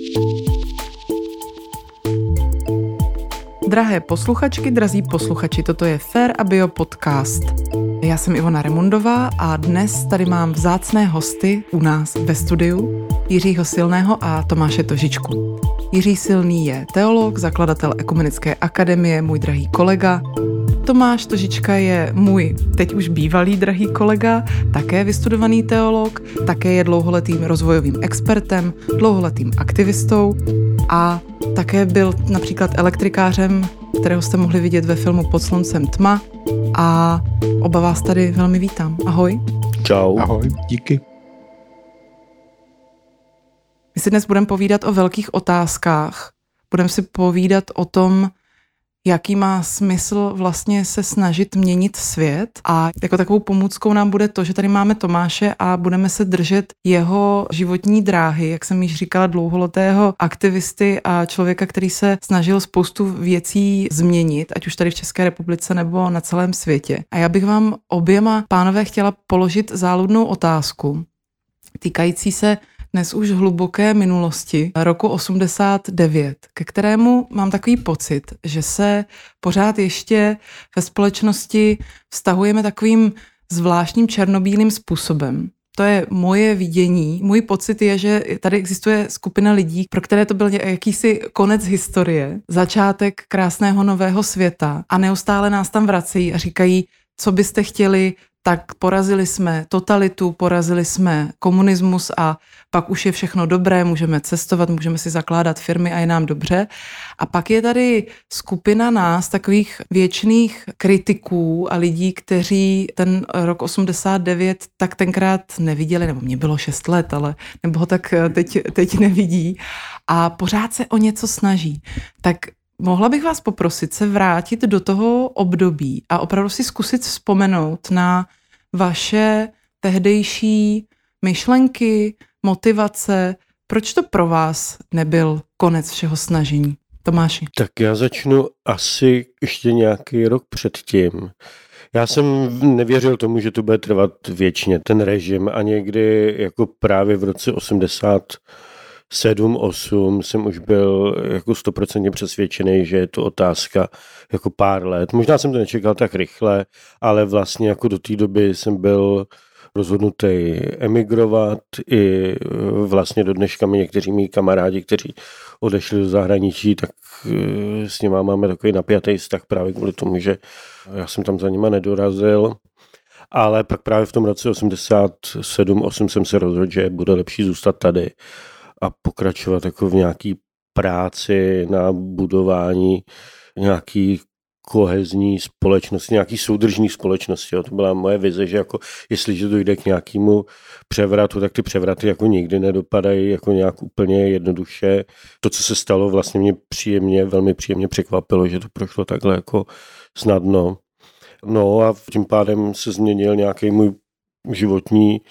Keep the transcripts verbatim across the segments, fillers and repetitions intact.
Drahé posluchačky, drazí posluchači, toto je Fair a Bio podcast. Já jsem Ivona Remundová a dnes tady mám vzácné hosty u nás ve studiu, Jiřího Silného a Tomáše Tožičku. Jiří Silný je teolog, zakladatel Ekumenické akademie, můj drahý kolega. Tomáš Tožička je můj teď už bývalý drahý kolega, také vystudovaný teolog, také je dlouholetým rozvojovým expertem, dlouholetým aktivistou a také byl například elektrikářem, kterého jste mohli vidět ve filmu Pod sluncem tma, a oba vás tady velmi vítám. Ahoj. Čau. Ahoj, díky. My si dnes budeme povídat o velkých otázkách. Budeme si povídat o tom, jaký má smysl vlastně se snažit měnit svět, a jako takovou pomůckou nám bude to, že tady máme Tomáše a budeme se držet jeho životní dráhy, jak jsem již říkala, dlouholetého aktivisty a člověka, který se snažil spoustu věcí změnit, ať už tady v České republice nebo na celém světě. A já bych vám oběma, pánové, chtěla položit záludnou otázku týkající se dnes už hluboké minulosti roku osmdesát devět, ke kterému mám takový pocit, že se pořád ještě ve společnosti vztahujeme takovým zvláštním černobílým způsobem. To je moje vidění. Můj pocit je, že tady existuje skupina lidí, pro které to byl jakýsi konec historie, začátek krásného nového světa, a neustále nás tam vracejí a říkají, co byste chtěli, tak porazili jsme totalitu, porazili jsme komunismus a pak už je všechno dobré, můžeme cestovat, můžeme si zakládat firmy a je nám dobře. A pak je tady skupina nás, takových věčných kritiků a lidí, kteří ten rok osmdesát devět tak tenkrát neviděli, nebo mě bylo šest let, ale nebo ho tak teď, teď nevidí a pořád se o něco snaží. Tak mohla bych vás poprosit se vrátit do toho období a opravdu si zkusit vzpomenout na vaše tehdejší myšlenky, motivace. Proč to pro vás nebyl konec všeho snažení? Tomáši. Tak já začnu asi ještě nějaký rok předtím. Já jsem nevěřil tomu, že to bude trvat věčně, ten režim, a někdy jako právě v roce osmdesát sedm, osm jsem už byl jako stoprocentně přesvědčený, že je to otázka jako pár let. Možná jsem to nečekal tak rychle, ale vlastně jako do té doby jsem byl rozhodnutý emigrovat. I vlastně do dneška mi někteří mý kamarádi, kteří odešli do zahraničí, tak s nima máme takový napjatý vztah právě kvůli tomu, že já jsem tam za nima nedorazil. Ale pak právě v tom roce osmdesát sedm osm jsem se rozhodl, že bude lepší zůstat tady a pokračovat jako v nějaký práci na budování nějaký kohezní společnosti, nějaký soudržní společnosti. Jo. To byla moje vize, že jako jestliže dojde k nějakému převratu, tak ty převraty jako nikdy nedopadají jako nějak úplně jednoduše. To, co se stalo, vlastně mě příjemně, velmi příjemně překvapilo, že to prošlo takhle jako snadno. No a tím pádem se změnil nějaký můj životní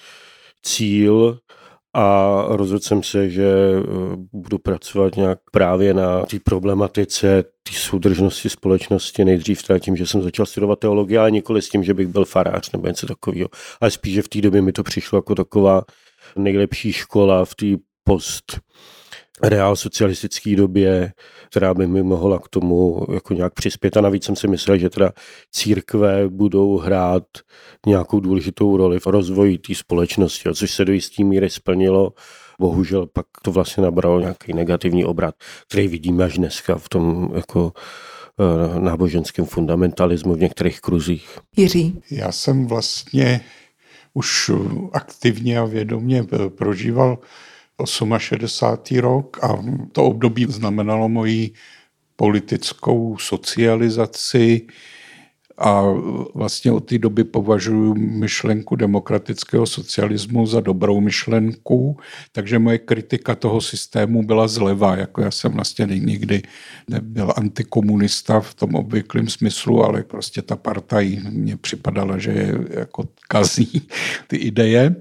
cíl a rozhodl jsem se, že budu pracovat nějak právě na té problematice té soudržnosti společnosti, nejdřív teda tím, že jsem začal studovat teologii, ale nikoli s tím, že bych byl farář nebo něco takového, ale spíš, že v té době mi to přišlo jako taková nejlepší škola v té post reál socialistické době, která by mi mohla k tomu jako nějak přispět, a navíc jsem si myslel, že teda církve budou hrát nějakou důležitou roli v rozvoji té společnosti, což se do jisté míry splnilo. Bohužel pak to vlastně nabralo nějaký negativní obrat, který vidíme až dneska v tom jako náboženském fundamentalismu v některých kruzích. Jiří. Já jsem vlastně už aktivně a vědomě prožíval šedesátý osmý rok a to období znamenalo moji politickou socializaci a vlastně od té doby považuji myšlenku demokratického socialismu za dobrou myšlenku, takže moje kritika toho systému byla zleva, jako já jsem vlastně nikdy nebyl antikomunista v tom obvyklém smyslu, ale prostě ta partaj mně připadala, že je jako kazí ty ideje.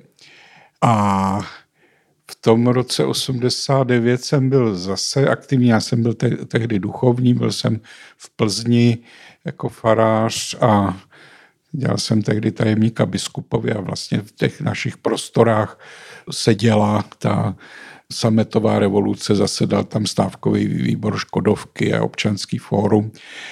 A v tom roce osmdesát devět jsem byl zase aktivní, já jsem byl te- tehdy duchovní, byl jsem v Plzni jako farář a dělal jsem tehdy tajemníka biskupovi a vlastně v těch našich prostorách se děla ta sametová revoluce, zasedal tam stávkový výbor Škodovky a občanský fórum.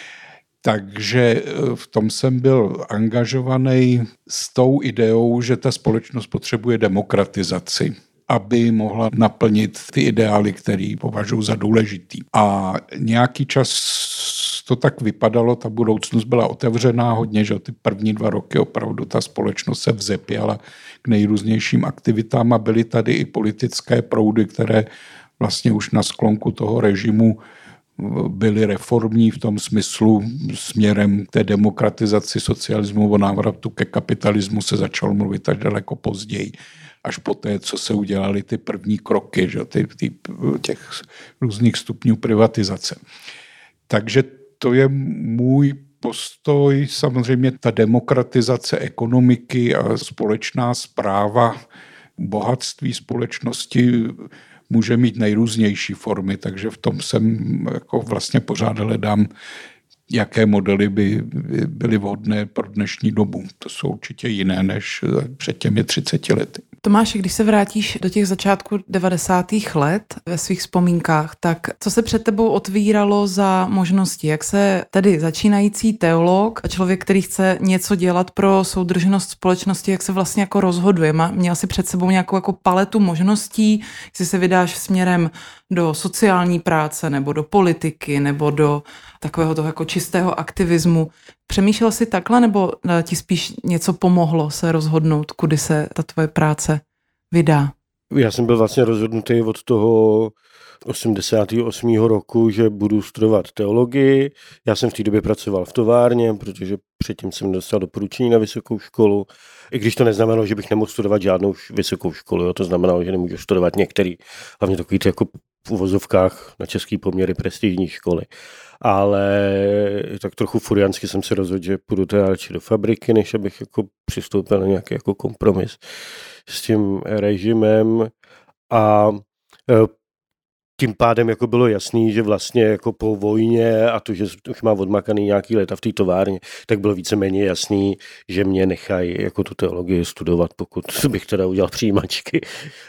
Takže v tom jsem byl angažovaný s tou ideou, že ta společnost potřebuje demokratizaci, aby mohla naplnit ty ideály, které považuji za důležitý. A nějaký čas to tak vypadalo, ta budoucnost byla otevřená hodně, že ty první dva roky opravdu ta společnost se vzepěla k nejrůznějším aktivitám a byly tady i politické proudy, které vlastně už na sklonku toho režimu byly reformní v tom smyslu směrem k té demokratizaci socialismu, o návratu ke kapitalismu se začalo mluvit až daleko později, až po té, co se udělaly ty první kroky, že, ty, ty, těch různých stupňů privatizace. Takže to je můj postoj, samozřejmě ta demokratizace ekonomiky a společná správa bohatství společnosti může mít nejrůznější formy, takže v tom jsem jako vlastně pořád hledám, jaké modely by byly vhodné pro dnešní dobu. To jsou určitě jiné než před těmi třiceti lety. Tomáši, když se vrátíš do těch začátků devadesátých let ve svých vzpomínkách, tak co se před tebou otvíralo za možnosti? Jak se tedy začínající teolog a člověk, který chce něco dělat pro soudržnost společnosti, jak se vlastně jako rozhoduje? Měl jsi před sebou nějakou jako paletu možností, jestli se vydáš směrem do sociální práce nebo do politiky nebo do takového toho jako čistého aktivismu. Přemýšlel jsi takhle, nebo ti spíš něco pomohlo se rozhodnout, kudy se ta tvoje práce vydá? Já jsem byl vlastně rozhodnutý od toho osmdesátého osmého roku, že budu studovat teologii. Já jsem v té době pracoval v továrně, protože předtím jsem dostal doporučení na vysokou školu. I když to neznamenalo, že bych nemohl studovat žádnou vysokou školu, jo. To znamenalo, že nemůžu studovat některý, hlavně takový ty jako v uvozovkách na český poměry prestižní školy. Ale tak trochu furiansky jsem se rozhodl, že půjdu teda radši do fabriky, než abych jako přistoupil na nějaký jako kompromis s tím režimem. A tím pádem jako bylo jasný, že vlastně jako po vojně a to, že už mám odmakaný nějaký léta v té továrně, tak bylo víceméně jasný, že mě nechají jako tu teologii studovat, pokud bych teda udělal přijímačky.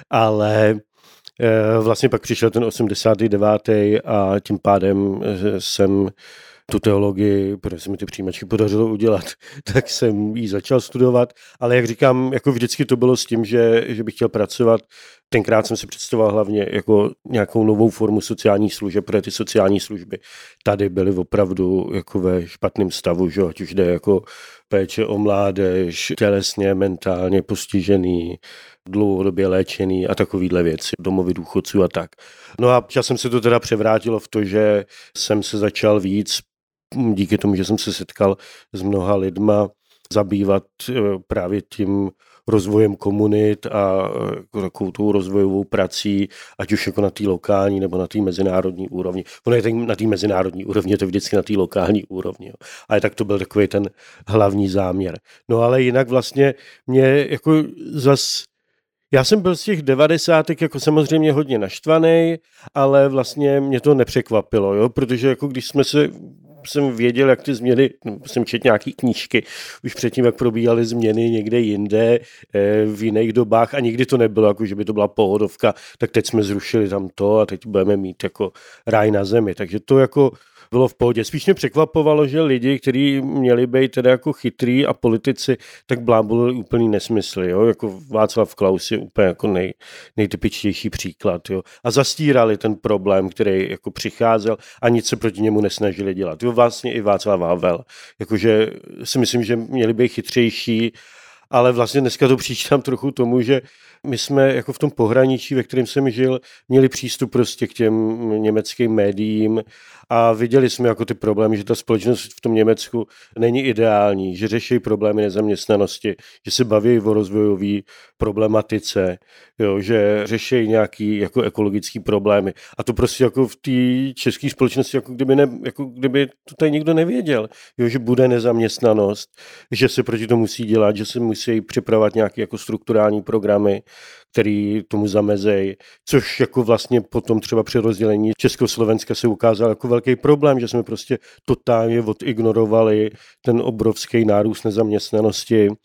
Ale vlastně pak přišel ten osmdesátý devátý a tím pádem jsem tu teologii, protože se mi ty přijímačky podařilo udělat, tak jsem ji začal studovat, ale jak říkám, jako vždycky to bylo s tím, že, že bych chtěl pracovat. Tenkrát jsem si představoval hlavně jako nějakou novou formu sociálních služeb, protože ty sociální služby tady byly opravdu jako ve špatném stavu, že? Ať už jde jako péče o mládež, tělesně, mentálně postižený, dlouhodobě léčený a takovýhle věci, domovy důchodců a tak. No a časem se to teda převrátilo v to, že jsem se začal víc, díky tomu, že jsem se setkal s mnoha lidma, zabývat právě tím rozvojem komunit a takovou tou rozvojovou prací, ať už jako na té lokální nebo na té mezinárodní úrovni. Ono je na té mezinárodní úrovni, je to vždycky na té lokální úrovni. Jo. Ale tak to byl takový ten hlavní záměr. No ale jinak vlastně mě jako zas já jsem byl z těch devadesátek jako samozřejmě hodně naštvaný, ale vlastně mě to nepřekvapilo, jo? Protože jako když jsme se, jsem věděl, jak ty změny, jsem četl nějaký knížky, už předtím, jak probíhaly změny někde jinde, v jiných dobách a nikdy to nebylo, jako že by to byla pohodovka, tak teď jsme zrušili tam to a teď budeme mít jako ráj na zemi, takže to jako bylo v pohodě. Spíš mě překvapovalo, že lidi, kteří měli být teda jako chytrý a politici, tak blábolili úplný nesmysly. Jo? Jako Václav Klaus je úplně jako nej, nejtypičtější příklad. Jo? A zastírali ten problém, který jako přicházel a nic se proti němu nesnažili dělat. Jo? Vlastně i Václav Havel. Jakože si myslím, že měli být chytřejší, ale vlastně dneska to přičítám trochu tomu, že my jsme jako v tom pohraničí, ve kterém jsem žil, měli přístup prostě k těm německým médiím a viděli jsme jako ty problémy, že ta společnost v tom Německu není ideální, že řeší problémy nezaměstnanosti, že se baví o rozvojové problematice, jo, že řeší nějaký jako ekologické problémy. A to prostě jako v té české společnosti, jako kdyby, ne, jako kdyby to tady nikdo nevěděl, jo, že bude nezaměstnanost, že se proti tomu musí dělat, že se musí připravovat nějaké jako strukturální programy, který tomu zamezejí, což jako vlastně potom třeba při rozdělení Československa se ukázal jako velký problém, že jsme prostě totálně odignorovali ten obrovský nárůst nezaměstnanosti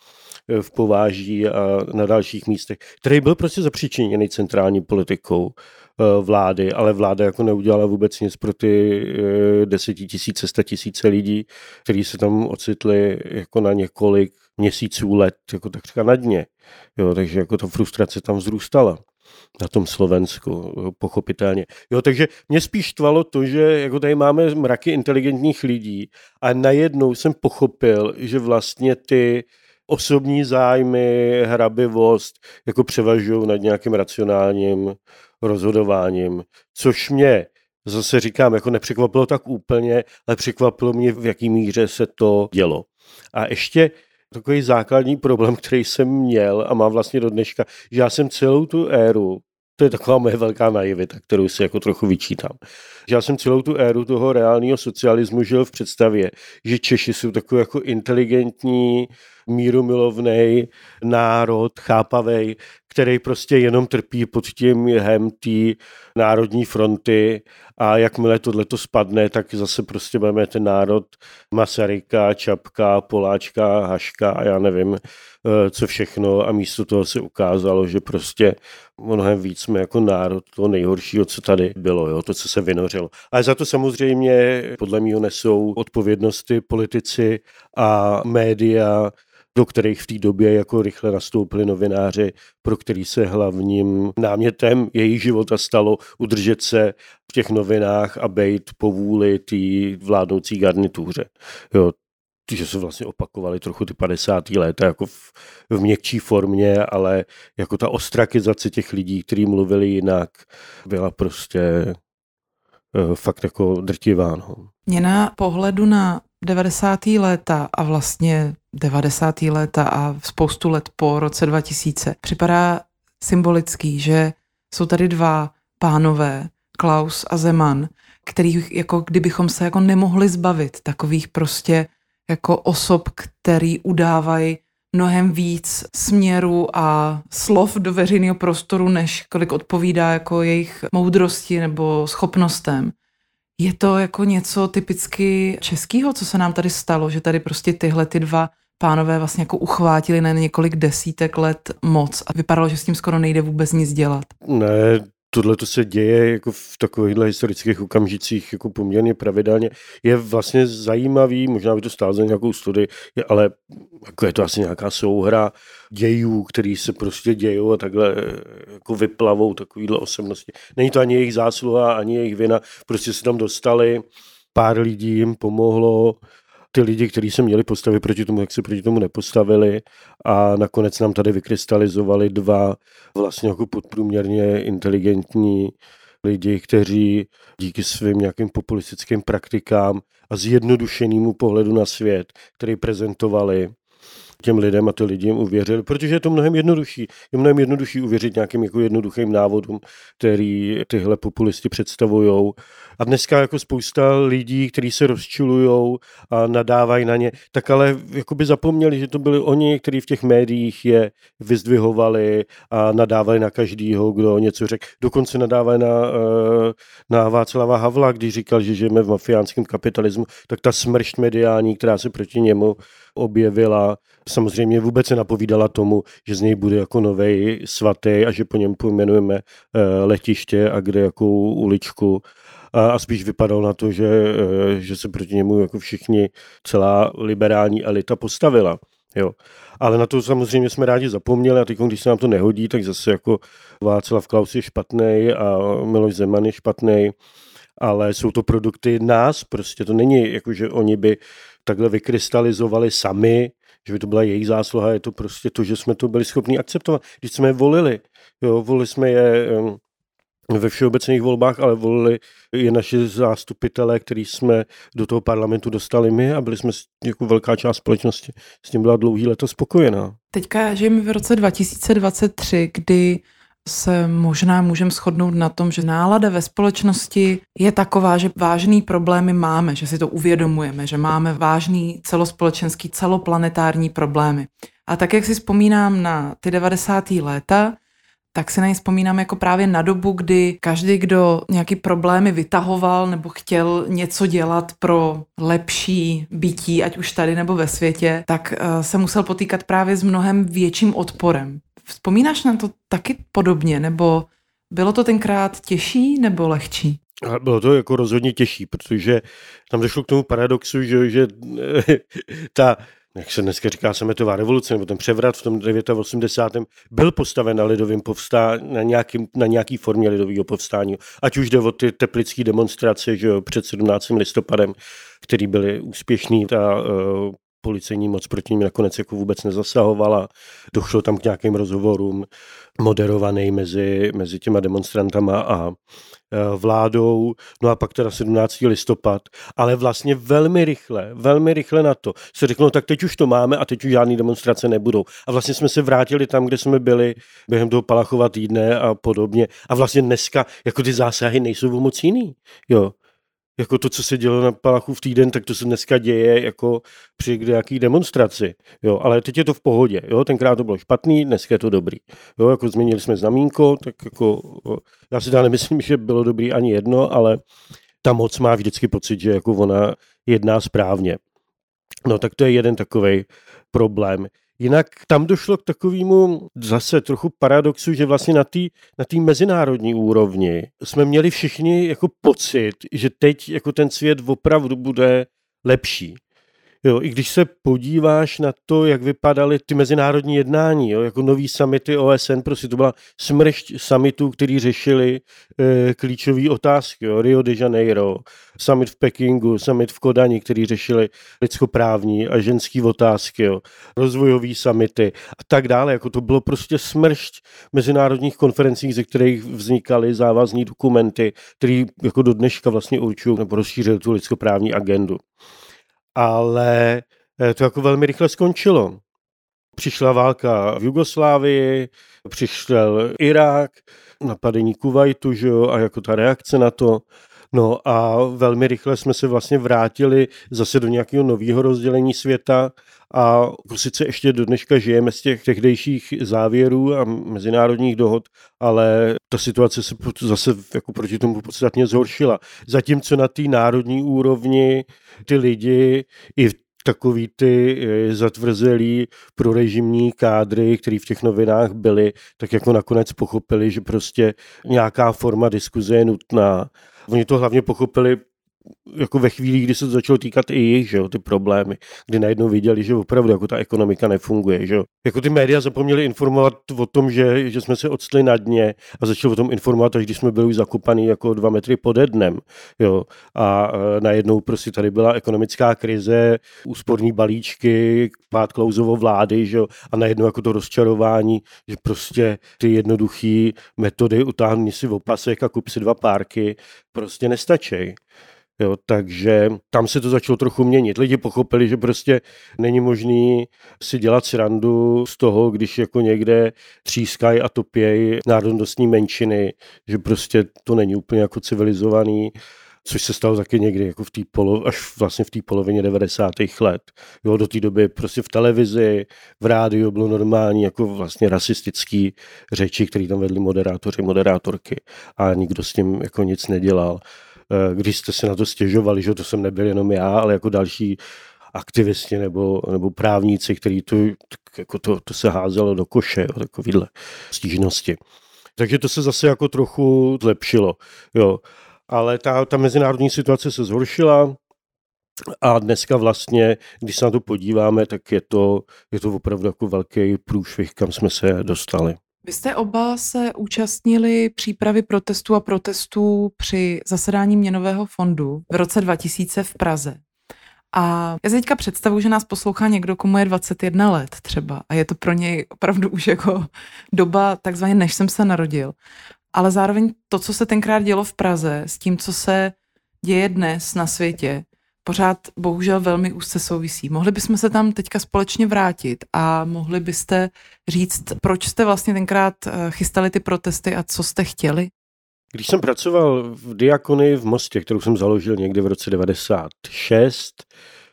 v Pováží a na dalších místech, který byl prostě zapříčiněný centrální politikou vlády, ale vláda jako neudělala vůbec nic pro ty desetitisíce, statisíce lidí, kteří se tam ocitli jako na několik měsíců, let, jako takřka na dně. Jo, takže jako ta frustrace tam vzrůstala na tom Slovensku, pochopitelně. Jo, takže mě spíš tvalo to, že jako tady máme mraky inteligentních lidí a najednou jsem pochopil, že vlastně ty osobní zájmy, hrabivost jako převažují nad nějakým racionálním rozhodováním, což mě zase říkám, jako nepřekvapilo tak úplně, ale překvapilo mě, v jaký míře se to dělo. A ještě takový základní problém, který jsem měl a mám vlastně do dneška, že já jsem celou tu éru, to je taková moje velká naivita, kterou si jako trochu vyčítám, že já jsem celou tu éru toho reálného socialismu žil v představě, že Češi jsou takový jako inteligentní, mírumilovnej národ, chápavej, který prostě jenom trpí pod tím jehem té národní fronty a jakmile tohleto spadne, tak zase prostě máme ten národ Masaryka, Čapka, Poláčka, Haška a já nevím, co všechno a místo toho se ukázalo, že prostě mnohem víc jsme jako národ toho nejhoršího, co tady bylo, jo, to, co se vynořilo. Ale za to samozřejmě podle mého nesou odpovědnosti politici a média, do kterých v té době jako rychle nastoupili novináři, pro který se hlavním námětem jejich života stalo udržet se v těch novinách a bejt po vůli té vládnoucí garnituře. Jo, že se vlastně opakovali trochu ty padesátá léta jako v, v měkčí formě, ale jako ta ostrakizace těch lidí, kteří mluvili jinak, byla prostě uh, fakt jako drtivá. No. Mě na pohledu na devadesátá léta a vlastně devadesátá léta a spoustu let po roce dva tisíce připadá symbolický, že jsou tady dva pánové, Klaus a Zeman, kterých jako kdybychom se jako nemohli zbavit, takových prostě jako osob, který udávají mnohem víc směru a slov do veřejného prostoru, než kolik odpovídá jako jejich moudrosti nebo schopnostem. Je to jako něco typicky českého, co se nám tady stalo, že tady prostě tyhle ty dva pánové vlastně jako uchvátili na několik desítek let moc a vypadalo, že s tím skoro nejde vůbec nic dělat. Ne, tohle to se děje jako v takovýchhle historických okamžicích jako poměrně pravidelně. Je vlastně zajímavý, možná by to stálo za nějakou studii, ale jako je to asi nějaká souhra dějů, který se prostě dějou a takhle jako vyplavou takovýhle osobnosti. Není to ani jejich zásluha, ani jejich vina, prostě se tam dostali, pár lidí jim pomohlo, ty lidi, kteří se měli postavit proti tomu, jak se proti tomu nepostavili a nakonec nám tady vykrystalizovali dva vlastně jako podprůměrně inteligentní lidi, kteří díky svým nějakým populistickým praktikám a zjednodušenému pohledu na svět, který prezentovali těm lidem a ty lidi jim uvěřili, protože je to mnohem jednodušší. Je mnohem jednodušší uvěřit nějakým jako jednoduchým návodům, který tyhle populisti představujou. A dneska jako spousta lidí, kteří se rozčilujou a nadávají na ně, tak ale jakoby zapomněli, že to byli oni, kteří v těch médiích je vyzdvihovali a nadávali na každýho, kdo něco řekl. Dokonce nadávali na, na Václava Havla, když říkal, že žijeme v mafiánském kapitalismu, tak ta smršť mediální, která se proti němu objevila, samozřejmě vůbec se napovídala tomu, že z něj bude jako novej svatý a že po něm pojmenujeme letiště a kde jakou uličku. A spíš vypadalo na to, že, že se proti němu jako všichni, celá liberální elita postavila. Jo. Ale na to samozřejmě jsme rádi zapomněli a teď, když se nám to nehodí, tak zase jako Václav Klaus je špatnej a Miloš Zeman je špatnej, ale jsou to produkty nás, prostě to není jako, že oni by takhle vykrystalizovali sami, že by to byla jejich zásluha, je to prostě to, že jsme to byli schopni akceptovat. Když jsme je volili, jo, volili jsme je ve všeobecných volbách, ale volili je naši zástupitelé, který jsme do toho parlamentu dostali my a byli jsme jako velká část společnosti. S tím byla dlouhý léta spokojená. Teďka žijeme v roce dva tisíce dvacet tři, kdy se možná můžeme shodnout na tom, že nálada ve společnosti je taková, že vážný problémy máme, že si to uvědomujeme, že máme vážný celospolečenský, celoplanetární problémy. A tak, jak si vzpomínám na ty devadesátá léta, tak si na ně vzpomínám jako právě na dobu, kdy každý, kdo nějaký problémy vytahoval nebo chtěl něco dělat pro lepší bytí, ať už tady nebo ve světě, tak se musel potýkat právě s mnohem větším odporem. Vzpomínáš na to taky podobně, nebo bylo to tenkrát těžší nebo lehčí? Bylo to jako rozhodně těžší, protože tam došlo k tomu paradoxu, že, že ta, jak se dneska říká, sametová revoluce, nebo ten převrat v tom osmdesátém devátém byl postaven na lidovém povstání, na, nějaký, na nějaký formě lidového povstání. Ať už jde o ty teplické demonstrace, že jo, před sedmnáctým listopadem, který byly úspěšný, ta uh, policejní moc proti nim nakonec jako vůbec nezasahovala. Došlo tam k nějakým rozhovorům moderovaný mezi, mezi těma demonstrantama a vládou, no a pak teda sedmnáctého listopad, ale vlastně velmi rychle, velmi rychle na to se řeklo, no tak teď už to máme a teď už žádný demonstrace nebudou. A vlastně jsme se vrátili tam, kde jsme byli během toho Palachova týdne a podobně. A vlastně dneska jako ty zásahy nejsou moc jiný. Jo. Jako to, co se dělo na Palachův týden, tak to se dneska děje jako při nějaký demonstraci. Jo, ale teď je to v pohodě. Jo, tenkrát to bylo špatný, dneska je to dobrý. Jo, jako změnili jsme znamínko, tak jako já si teda nemyslím, že bylo dobrý ani jedno, ale ta moc má vždycky pocit, že jako ona jedná správně. No tak to je jeden takovej problém. Jinak tam došlo k takovému zase trochu paradoxu, že vlastně na té na té mezinárodní úrovni jsme měli všichni jako pocit, že teď jako ten svět opravdu bude lepší. Jo, i když se podíváš na to, jak vypadaly ty mezinárodní jednání, jo, jako nový summity O S N, prostě to byla smršť summitů, který řešili e, klíčové otázky, jo, Rio de Janeiro, summit v Pekingu, summit v Kodani, který řešili lidskoprávní a ženský otázky, jo, rozvojový summity a tak dále, jako to bylo prostě smršť mezinárodních konferencí, ze kterých vznikaly závazní dokumenty, které jako do dneška vlastně určují nebo rozšířily tu lidskoprávní agendu. Ale to jako velmi rychle skončilo. Přišla válka v Jugoslávii, přišel Irák, napadení Kuvajtu, že jo, a jako ta reakce na to. No a velmi rychle jsme se vlastně vrátili zase do nějakého nového rozdělení světa a sice ještě do dneška žijeme z těch tehdejších závěrů a mezinárodních dohod, ale ta situace se zase jako proti tomu podstatně zhoršila. Zatímco na té národní úrovni ty lidi i takový ty zatvrzelí prorežimní kádry, který v těch novinách byli, tak jako nakonec pochopili, že prostě nějaká forma diskuze je nutná. Oni to hlavně pochopili jako ve chvíli, kdy se to začalo týkat i jich, že jo, ty problémy, kdy najednou viděli, že opravdu jako ta ekonomika nefunguje, že jo. Jako ty média zapomněli informovat o tom, že, že jsme se odstli na dně a začali o tom informovat, až když jsme byli zakopaný jako dva metry pode dnem, jo. A, a najednou prostě tady byla ekonomická krize, úsporní balíčky, pád Klausovo vlády, že jo, a najednou jako to rozčarování, že prostě ty jednoduché metody utáhni si opasek a kup si dva párky prostě nestačí. Jo, takže tam se to začalo trochu měnit. Lidi pochopili, že prostě není možný si dělat srandu z toho, když jako někde třískají a topějí národnostní menšiny, že prostě to není úplně jako civilizovaný, což se stalo taky někdy jako v té polo, až vlastně v té polovině devadesátých let. Jo, do té doby prostě v televizi, v rádiu bylo normální jako vlastně rasistický řeči, které tam vedli moderátoři, moderátorky a nikdo s tím jako nic nedělal. Když jste se na to stěžovali, že to jsem nebyl jenom já, ale jako další aktivisti nebo, nebo právníci, kteří to, jako to, to se házelo do koše, jo, takovýhle stížnosti. Takže to se zase jako trochu zlepšilo. Jo. Ale ta, ta mezinárodní situace se zhoršila a dneska vlastně, když se na to podíváme, tak je to, je to opravdu jako velký průšvih, kam jsme se dostali. Vy jste oba se účastnili přípravy protestů a protestů při zasedání Měnového fondu v roce dva tisíce v Praze. A já si teďka představuji, že nás poslouchá někdo, komu je dvacet jedna let třeba a je to pro něj opravdu už jako doba takzvaně než jsem se narodil. Ale zároveň to, co se tenkrát dělo v Praze s tím, co se děje dnes na světě, pořád bohužel velmi úzce souvisí. Mohli bychom se tam teďka společně vrátit a mohli byste říct, proč jste vlastně tenkrát chystali ty protesty a co jste chtěli? Když jsem pracoval v Diakonii v Mostě, kterou jsem založil někdy v roce devadesát šest,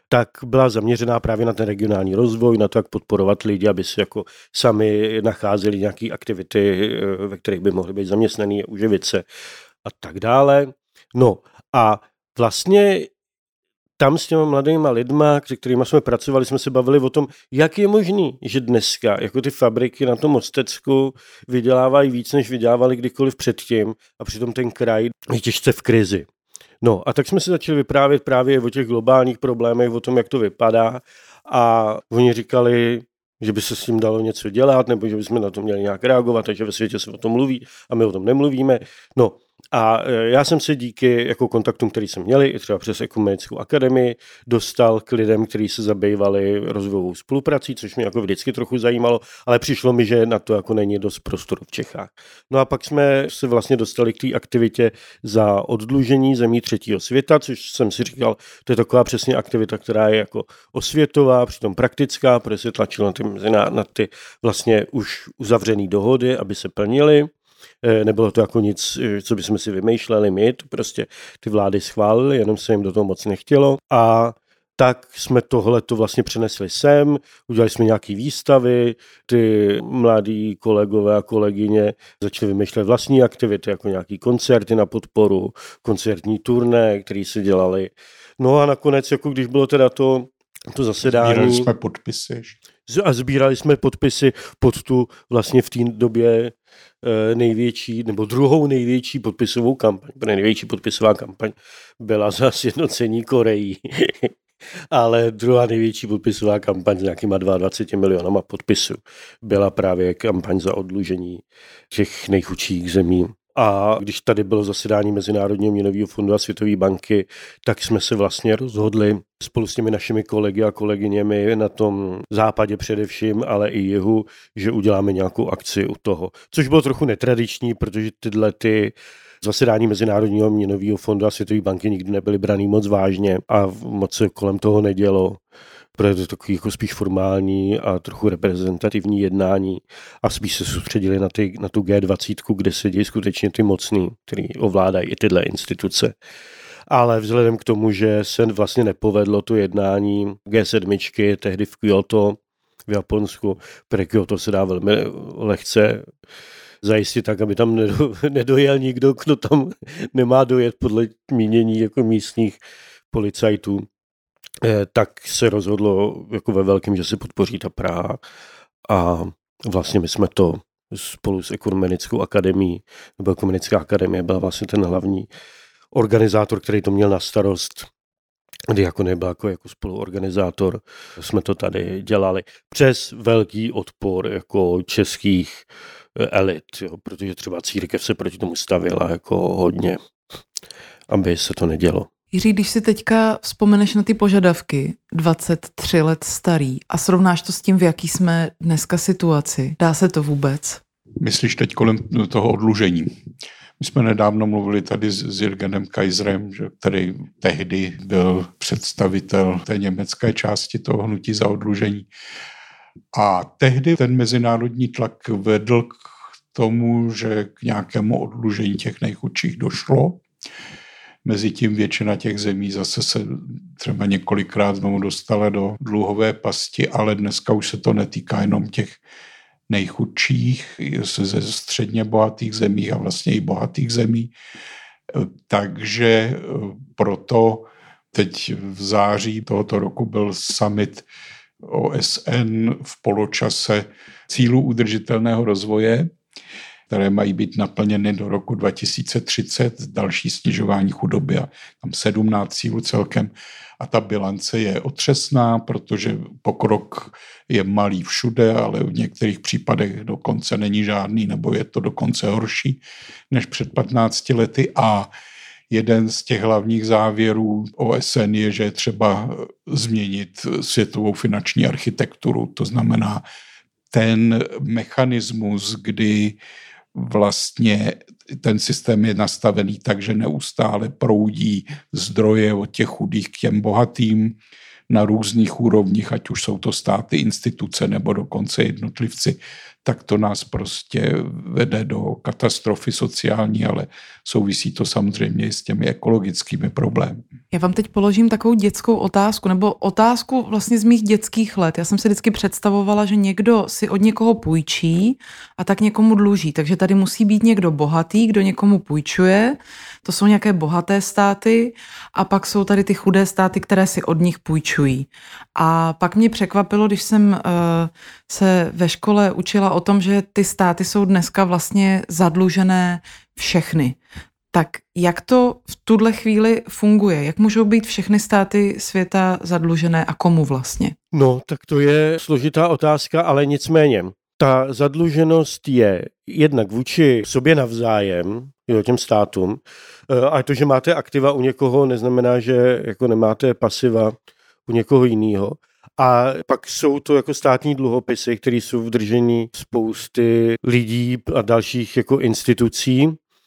tak byla zaměřená právě na ten regionální rozvoj, na to, jak podporovat lidi, aby si jako sami nacházeli nějaké aktivity, ve kterých by mohli být zaměstnaný, uživit se a tak dále. No a vlastně tam s těma mladýma lidma, se kterými jsme pracovali, jsme se bavili o tom, jak je možný, že dneska jako ty fabriky na tom Mostecku vydělávají víc, než vydělávali kdykoliv předtím a přitom ten kraj je těžce v krizi. No a tak jsme si začali vyprávět právě o těch globálních problémech, o tom, jak to vypadá a oni říkali, že by se s tím dalo něco dělat, nebo že bychom na to měli nějak reagovat, takže ve světě se o tom mluví a my o tom nemluvíme. No a já jsem se díky jako kontaktům, který jsem měli, i třeba přes Ekumenickou akademii, dostal k lidem, kteří se zabývali rozvojovou spoluprací, což mě jako vždycky trochu zajímalo, ale přišlo mi, že na to jako není dost prostoru v Čechách. No a pak jsme se vlastně dostali k té aktivitě za oddlužení zemí třetího světa, což jsem si říkal, to je taková přesně aktivita, která je jako osvětová, přitom praktická, protože se tlačilo na ty, na, na ty vlastně už uzavřené dohody, aby se plnily. Nebylo to jako nic, co bychom si vymýšleli my, to prostě ty vlády schválily, jenom se jim do toho moc nechtělo a tak jsme tohleto vlastně přenesli sem, udělali jsme nějaké výstavy, ty mladí kolegové a kolegyně začali vymýšlet vlastní aktivity, jako nějaký koncerty na podporu, koncertní turné, které se dělaly. No a nakonec, jako když bylo teda to, to zasedání... Sbírali jsme podpisy. A sbírali jsme podpisy pod tu vlastně v té době největší, nebo druhou největší podpisovou kampaň. Největší podpisová kampaň byla za sjednocení Koreji. Ale druhá největší podpisová kampaň s nějakýma dvaceti dvěma milionama podpisů byla právě kampaň za oddlužení těch nejchudších zemí. A když tady bylo zasedání Mezinárodního měnového fondu a Světové banky, tak jsme se vlastně rozhodli spolu s těmi našimi kolegy a kolegyněmi na tom západě především, ale i jihu, že uděláme nějakou akci u toho. Což bylo trochu netradiční, protože tyhle ty zasedání Mezinárodního měnového fondu a Světové banky nikdy nebyly braný moc vážně a moc se kolem toho nedělo. Protože to je takový jako spíš formální a trochu reprezentativní jednání a spíš se soustředili na, ty, na tu G dvacet, kde sedí skutečně ty mocní, který ovládají i tyhle instituce. Ale vzhledem k tomu, že se vlastně nepovedlo to jednání G sedm tehdy v Kyoto v Japonsku, pro Kyoto se dá velmi lehce zajistit tak, aby tam nedojel nikdo, kdo tam nemá dojet podle mínění jako místních policajtů, tak se rozhodlo jako ve velkém, že se podpoří ta Praha a vlastně my jsme to spolu s Ekumenickou akademií, nebo Ekumenická akademie byla vlastně ten hlavní organizátor, který to měl na starost, kdy jako nebyl jako, jako spoluorganizátor, jsme to tady dělali přes velký odpor jako českých elit, jo, protože třeba církev se proti tomu stavila jako hodně, aby se to nedělo. Jiří, když si teďka vzpomeneš na ty požadavky, dvacet tři let starý, a srovnáš to s tím, v jaký jsme dneska situaci, dá se to vůbec? Myslíš teď kolem toho oddlužení? My jsme nedávno mluvili tady s Jürgenem Kaiserem, že, který tehdy byl představitel té německé části toho hnutí za oddlužení. A tehdy ten mezinárodní tlak vedl k tomu, že k nějakému oddlužení těch nejchudších došlo. Mezitím většina těch zemí zase se třeba několikrát znovu dostala do dluhové pasti, ale dneska už se to netýká jenom těch nejchudších ze středně bohatých zemí a vlastně i bohatých zemí. Takže proto teď v září tohoto roku byl summit O S N v poločase cílů udržitelného rozvoje, které mají být naplněny do roku dva tisíce třicet, další snižování chudoby a tam sedmnáct cílů celkem. A ta bilance je otřesná, protože pokrok je malý všude, ale v některých případech dokonce není žádný, nebo je to dokonce horší než před patnácti lety. A jeden z těch hlavních závěrů O S N je, že je třeba změnit světovou finanční architekturu. To znamená ten mechanismus, kdy vlastně ten systém je nastavený tak, že neustále proudí zdroje od těch chudých k těm bohatým na různých úrovních, ať už jsou to státy, instituce nebo dokonce jednotlivci, tak to nás prostě vede do katastrofy sociální, ale souvisí to samozřejmě i s těmi ekologickými problémy. Já vám teď položím takovou dětskou otázku, nebo otázku vlastně z mých dětských let. Já jsem si vždycky představovala, že někdo si od někoho půjčí a tak někomu dluží. Takže tady musí být někdo bohatý, kdo někomu půjčuje. To jsou nějaké bohaté státy a pak jsou tady ty chudé státy, které si od nich půjčují. A pak mě překvapilo, když jsem uh, se ve škole učila o tom, že ty státy jsou dneska vlastně zadlužené všechny. Tak jak to v tuhle chvíli funguje? Jak můžou být všechny státy světa zadlužené a komu vlastně? No, tak to je složitá otázka, ale nicméně. Ta zadluženost je jednak vůči sobě navzájem, jo, těm státům, a to, že máte aktiva u někoho, neznamená, že jako nemáte pasiva u někoho jiného. A pak jsou to jako státní dluhopisy, které jsou v držení spousty lidí a dalších jako institucí.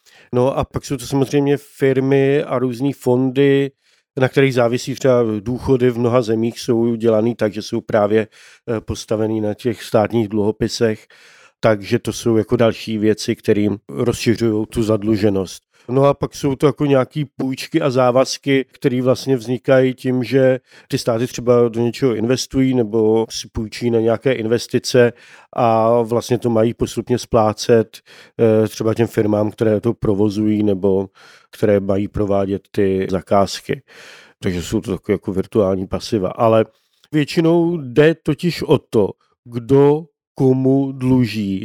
No a pak jsou to samozřejmě firmy a různý fondy, na kterých závisí třeba důchody v mnoha zemích, jsou dělaný tak, že jsou právě postavený na těch státních dluhopisech, takže to jsou jako další věci, které rozšiřují tu zadluženost. No a pak jsou to jako nějaký půjčky a závazky, které vlastně vznikají tím, že ty státy třeba do něčeho investují nebo si půjčí na nějaké investice a vlastně to mají postupně splácet třeba těm firmám, které to provozují nebo které mají provádět ty zakázky. Takže jsou to takové jako virtuální pasiva. Ale většinou jde totiž o to, kdo komu dluží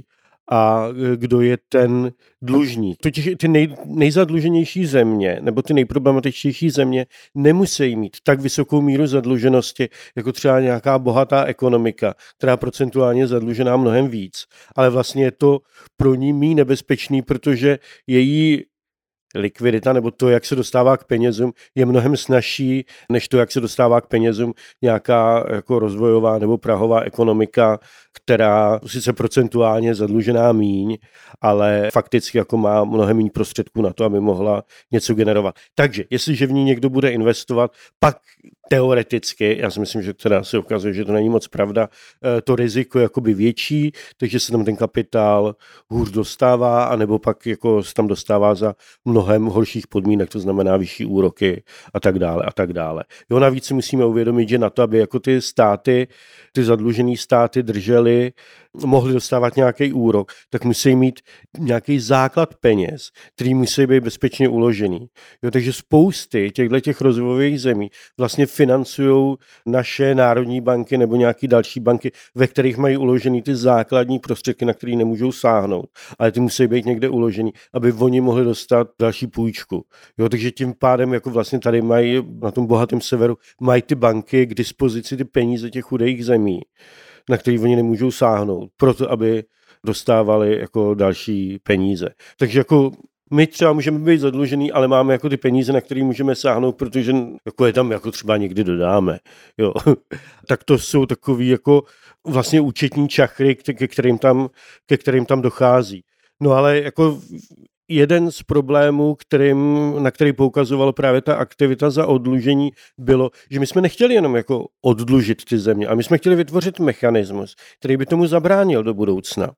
a kdo je ten dlužník. Totiž ty nej, nejzadluženější země nebo ty nejproblematičtější země nemusí mít tak vysokou míru zadluženosti, jako třeba nějaká bohatá ekonomika, která procentuálně je zadlužená mnohem víc. Ale vlastně je to pro ní méně nebezpečný, protože její likvidita nebo to, jak se dostává k penězům, je mnohem snazší, než to, jak se dostává k penězům nějaká jako rozvojová nebo prahová ekonomika, která sice procentuálně zadlužená míň, ale fakticky jako má mnohem méně prostředků na to, aby mohla něco generovat. Takže, jestliže v ní někdo bude investovat, pak teoreticky, já si myslím, že teda se ukazuje, že to není moc pravda, to riziko je jakoby větší, takže se tam ten kapitál hůř dostává, anebo pak jako se tam dostává za mnohem horších podmínek, to znamená vyšší úroky a tak dále a tak dále. Jo, navíc si musíme uvědomit, že na to, aby jako ty státy, ty zadlužené státy držely, mohli dostávat nějaký úrok, tak musí mít nějaký základ peněz, který musí být bezpečně uložený. Jo, takže spousty těchto těch rozvojových zemí vlastně financují naše národní banky nebo nějaké další banky, ve kterých mají uložený ty základní prostředky, na které nemůžou sáhnout, ale ty musí být někde uložený, aby oni mohli dostat další půjčku. Jo, takže tím pádem jako vlastně tady mají na tom bohatém severu mají ty banky k dispozici ty peníze těch chudých zemí, na který oni nemůžou sáhnout, proto aby dostávali jako další peníze. Takže jako my třeba můžeme být zadlužený, ale máme jako ty peníze, na které můžeme sáhnout, protože jako je tam jako třeba někdy dodáme. Jo. Tak to jsou takový jako vlastně účetní čachry, ke kterým tam, ke kterým tam dochází. No ale jako jeden z problémů, kterým, na který poukazovala právě ta aktivita za oddlužení, bylo, že my jsme nechtěli jenom jako oddlužit ty země, a my jsme chtěli vytvořit mechanismus, který by tomu zabránil do budoucna.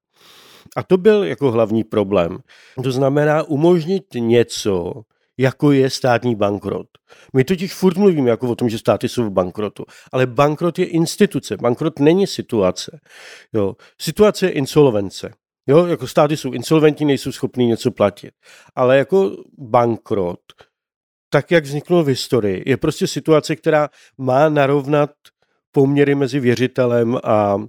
A to byl jako hlavní problém. To znamená umožnit něco, jako je státní bankrot. My totiž furt mluvíme jako o tom, že státy jsou v bankrotu, ale bankrot je instituce, bankrot není situace. Jo. Situace je insolvence. Jo, jako státy jsou insolventní, nejsou schopní něco platit. Ale jako bankrot, tak jak vzniknul v historii, je prostě situace, která má narovnat poměry mezi věřitelem a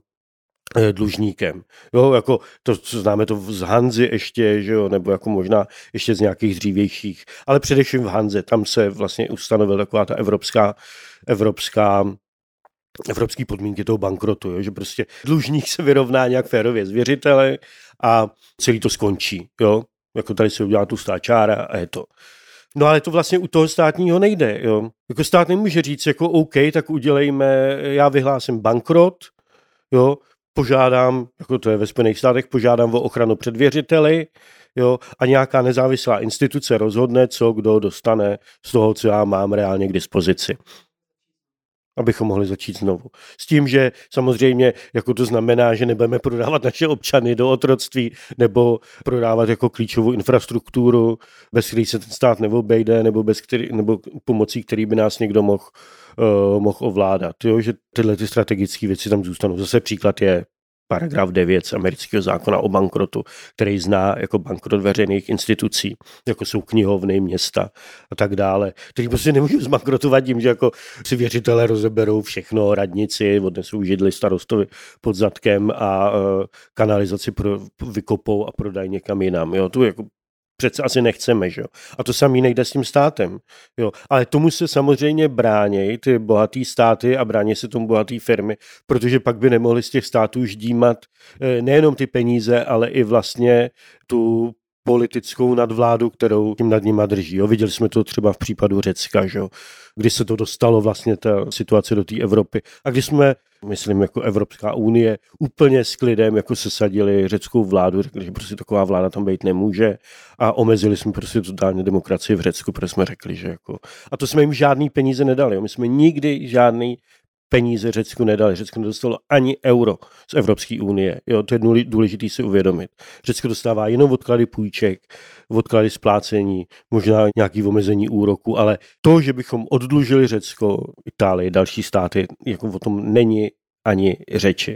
dlužníkem. Jo, jako to, co známe to z Hanzy ještě, že jo, nebo jako možná ještě z nějakých dřívějších, ale především v Hanze, tam se vlastně ustanovila taková ta evropská, evropská evropský podmínky toho bankrotu, jo, že prostě dlužník se vyrovná nějak férově s věřiteli a celý to skončí, jo, jako tady se udělá tu stáčára a je to. No ale to vlastně u toho státního nejde, jo. Jako stát nemůže říct, jako OK, tak udělejme, já vyhlásím bankrot, jo, požádám, jako to je ve Spojených státech, požádám o ochranu před věřiteli, jo, a nějaká nezávislá instituce rozhodne, co kdo dostane z toho, co já mám reálně k dispozici. abychom mohli začít znovu. S tím, že samozřejmě jako to znamená, že nebudeme prodávat naše občany do otroctví nebo prodávat jako klíčovou infrastrukturu, bez které se ten stát neobejde, nebo, bez který, nebo pomocí který by nás někdo mohl, uh, mohl ovládat. Jo? Že tyhle ty strategické věci tam zůstanou. Zase příklad je paragraf devět z amerického zákona o bankrotu, který zná jako bankrot veřejných institucí, jako jsou knihovny, města a tak dále, který prostě nemůžou zbankrotovat tím, že jako si věřitelé rozeberou všechno, radnici, odnesou židli starostovi pod zadkem a uh, kanalizaci pro, vykopou a prodají někam jinam. Jo? Tu jako přece asi nechceme, že jo. A to samý nejde s tím státem, jo. Ale tomu se samozřejmě brání ty bohatý státy a brání se tomu bohatý firmy, protože pak by nemohli z těch států ždímat nejenom ty peníze, ale i vlastně tu politickou nadvládu, kterou tím nad nima drží. Jo. Viděli jsme to třeba v případu Řecka, že jo, kdy se to dostalo vlastně ta situace do té Evropy. A když jsme, myslím, jako Evropská unie úplně s klidem jako sesadili řeckou vládu, řekli, že prostě taková vláda tam být nemůže a omezili jsme prostě totálně demokracii v Řecku, protože jsme řekli, že jako... A to jsme jim žádný peníze nedali. Jo. My jsme nikdy žádný peníze Řecku nedali. Řecko nedostalo ani euro z Evropské unie. Jo, to je důležité si uvědomit. Řecko dostává jenom odklady půjček, odklady splácení, možná nějaké omezení úroku, ale to, že bychom oddlužili Řecko, Itálii, další státy, jako o tom není ani řeči.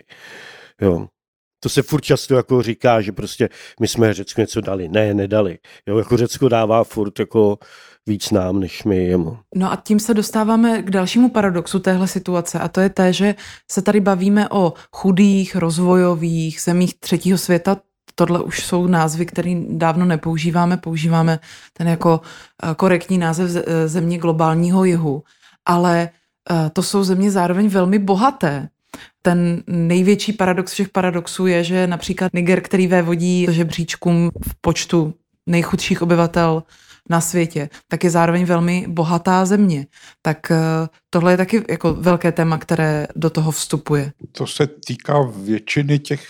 Jo. To se furt často jako říká, že prostě my jsme Řecku něco dali. Ne, nedali. Jo, jako Řecko dává furt jako víc nám, než my jemu. No a tím se dostáváme k dalšímu paradoxu téhle situace a to je té, že se tady bavíme o chudých, rozvojových zemích třetího světa. Tohle už jsou názvy, které dávno nepoužíváme. Používáme ten jako korektní název země globálního jihu. Ale to jsou země zároveň velmi bohaté. Ten největší paradox všech paradoxů je, že například Niger, který vévodí žebříčkům v počtu nejchudších obyvatel na světě, tak je zároveň velmi bohatá země. Tak tohle je taky jako velké téma, které do toho vstupuje. To se týká většiny těch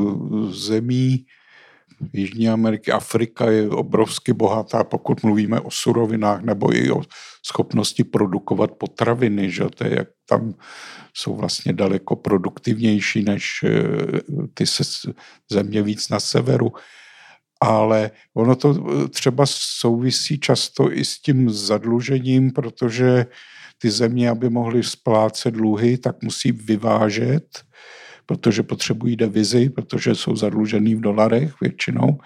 zemí Jižní Ameriky. Afrika je obrovsky bohatá, pokud mluvíme o surovinách nebo i o schopnosti produkovat potraviny, že to je, jak tam jsou vlastně daleko produktivnější než ty země víc na severu. Ale ono to třeba souvisí často i s tím zadlužením, protože ty země, aby mohly splácet dluhy, tak musí vyvážet, protože potřebují devizy, protože jsou zadlužený v dolarech většinou.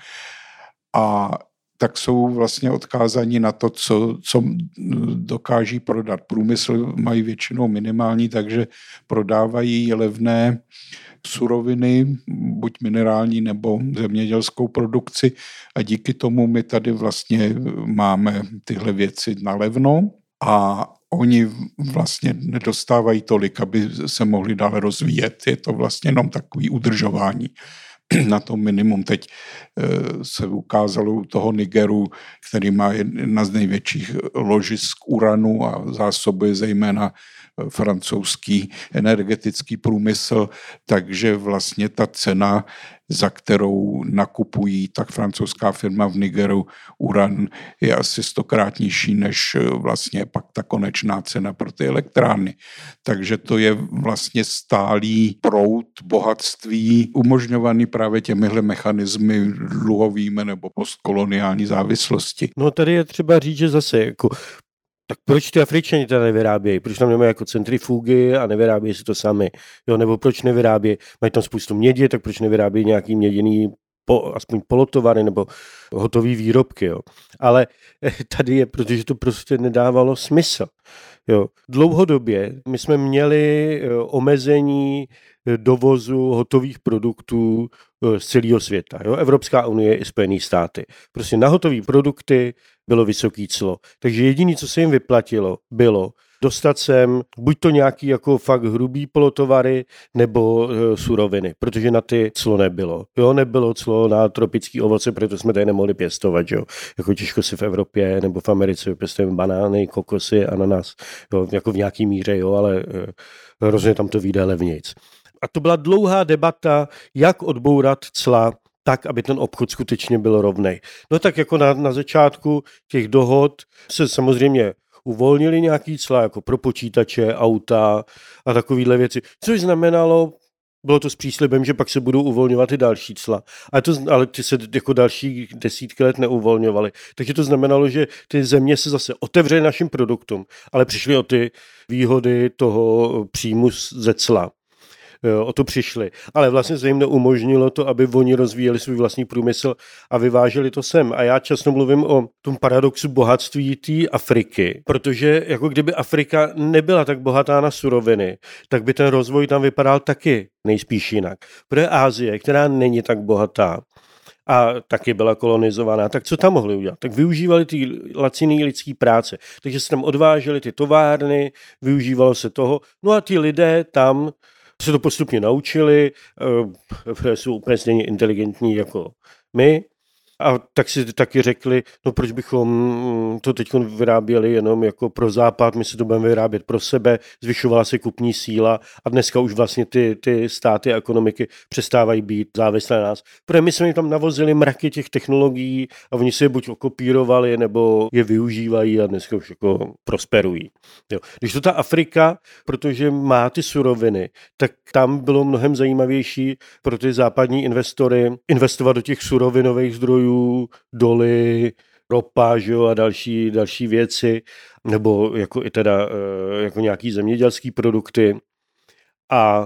A tak jsou vlastně odkázaní na to, co, co dokáží prodat. Průmysl mají většinou minimální, takže prodávají levné suroviny, buď minerální nebo zemědělskou produkci a díky tomu my tady vlastně máme tyhle věci nalevno a oni vlastně nedostávají tolik, aby se mohli dále rozvíjet. Je to vlastně jenom takový udržování na tom minimum. Teď se ukázalo u toho Nigeru, který má jedna z největších ložisk uranu a zásobuje zejména francouzský energetický průmysl, takže vlastně ta cena, za kterou nakupují tak francouzská firma v Nigeru uran, je asi stokrát nižší než vlastně pak ta konečná cena pro ty elektrárny. Takže to je vlastně stálý proud bohatství umožňovaný právě těmihle mechanismy dluhovými nebo postkoloniální závislosti. No tady je třeba říct, že zase jako tak proč ty Afričani to nevyrábějí? Proč tam nemají jako centrifugy a nevyrábějí si to sami? Jo, nebo proč nevyrábějí? Mají tam spoustu mědi, tak proč nevyrábějí nějaký měděný po, aspoň polotovary nebo hotový výrobky? Jo? Ale tady je, protože to prostě nedávalo smysl. Jo. Dlouhodobě my jsme měli omezení dovozu hotových produktů z celého světa. Jo? Evropská unie i Spojené státy. Prostě na hotové produkty bylo vysoký clo. Takže jediné, co se jim vyplatilo, bylo dostat sem buď to nějaký jako fakt hrubý polotovary nebo e, suroviny, protože na ty clo nebylo. Jo, nebylo clo na tropický ovoce, proto jsme tady nemohli pěstovat, jo. Jako těžko si v Evropě nebo v Americe pěstujeme banány, kokosy, ananas, jo, jako v nějaký míře, jo, ale e, hrozně tam to vyjde levnějc. A to byla dlouhá debata, jak odbourat cla tak, aby ten obchod skutečně byl rovnej. No tak jako na, na začátku těch dohod se samozřejmě uvolnili nějaký cla jako pro počítače, auta a takovéhle věci, což znamenalo, bylo to s příslibem, že pak se budou uvolňovat i další cla. Ale, to, ale ty se jako další desítky let neuvolňovaly. Takže to znamenalo, že ty země se zase otevřely našim produktům, ale přišly o ty výhody toho příjmu ze cla. O to přišli. Ale vlastně se jim neumožnilo to, aby oni rozvíjeli svůj vlastní průmysl a vyváželi to sem. A já často mluvím o tom paradoxu bohatství té Afriky, protože jako kdyby Afrika nebyla tak bohatá na suroviny, tak by ten rozvoj tam vypadal taky nejspíš jinak. Protože Asie, která není tak bohatá a taky byla kolonizovaná, tak co tam mohli udělat? Tak využívali ty laciný lidský práce. Takže se tam odváželi ty továrny, využívalo se toho, no a ti lidé tam se to postupně naučili, jsou úplně stejně inteligentní jako my, a tak si taky řekli, no proč bychom to teď vyráběli jenom jako pro západ, my si to budeme vyrábět pro sebe, zvyšovala se kupní síla a dneska už vlastně ty, ty státy a ekonomiky přestávají být závislé na nás. Protože my jsme jim tam navozili mraky těch technologií a oni si je buď okopírovali, nebo je využívají a dneska už jako prosperují. Jo. Když to ta Afrika, protože má ty suroviny, tak tam bylo mnohem zajímavější pro ty západní investory investovat do těch surovinových zdrojů, doly, ropa, že jo, a další, další věci, nebo jako i teda jako nějaký zemědělský produkty. A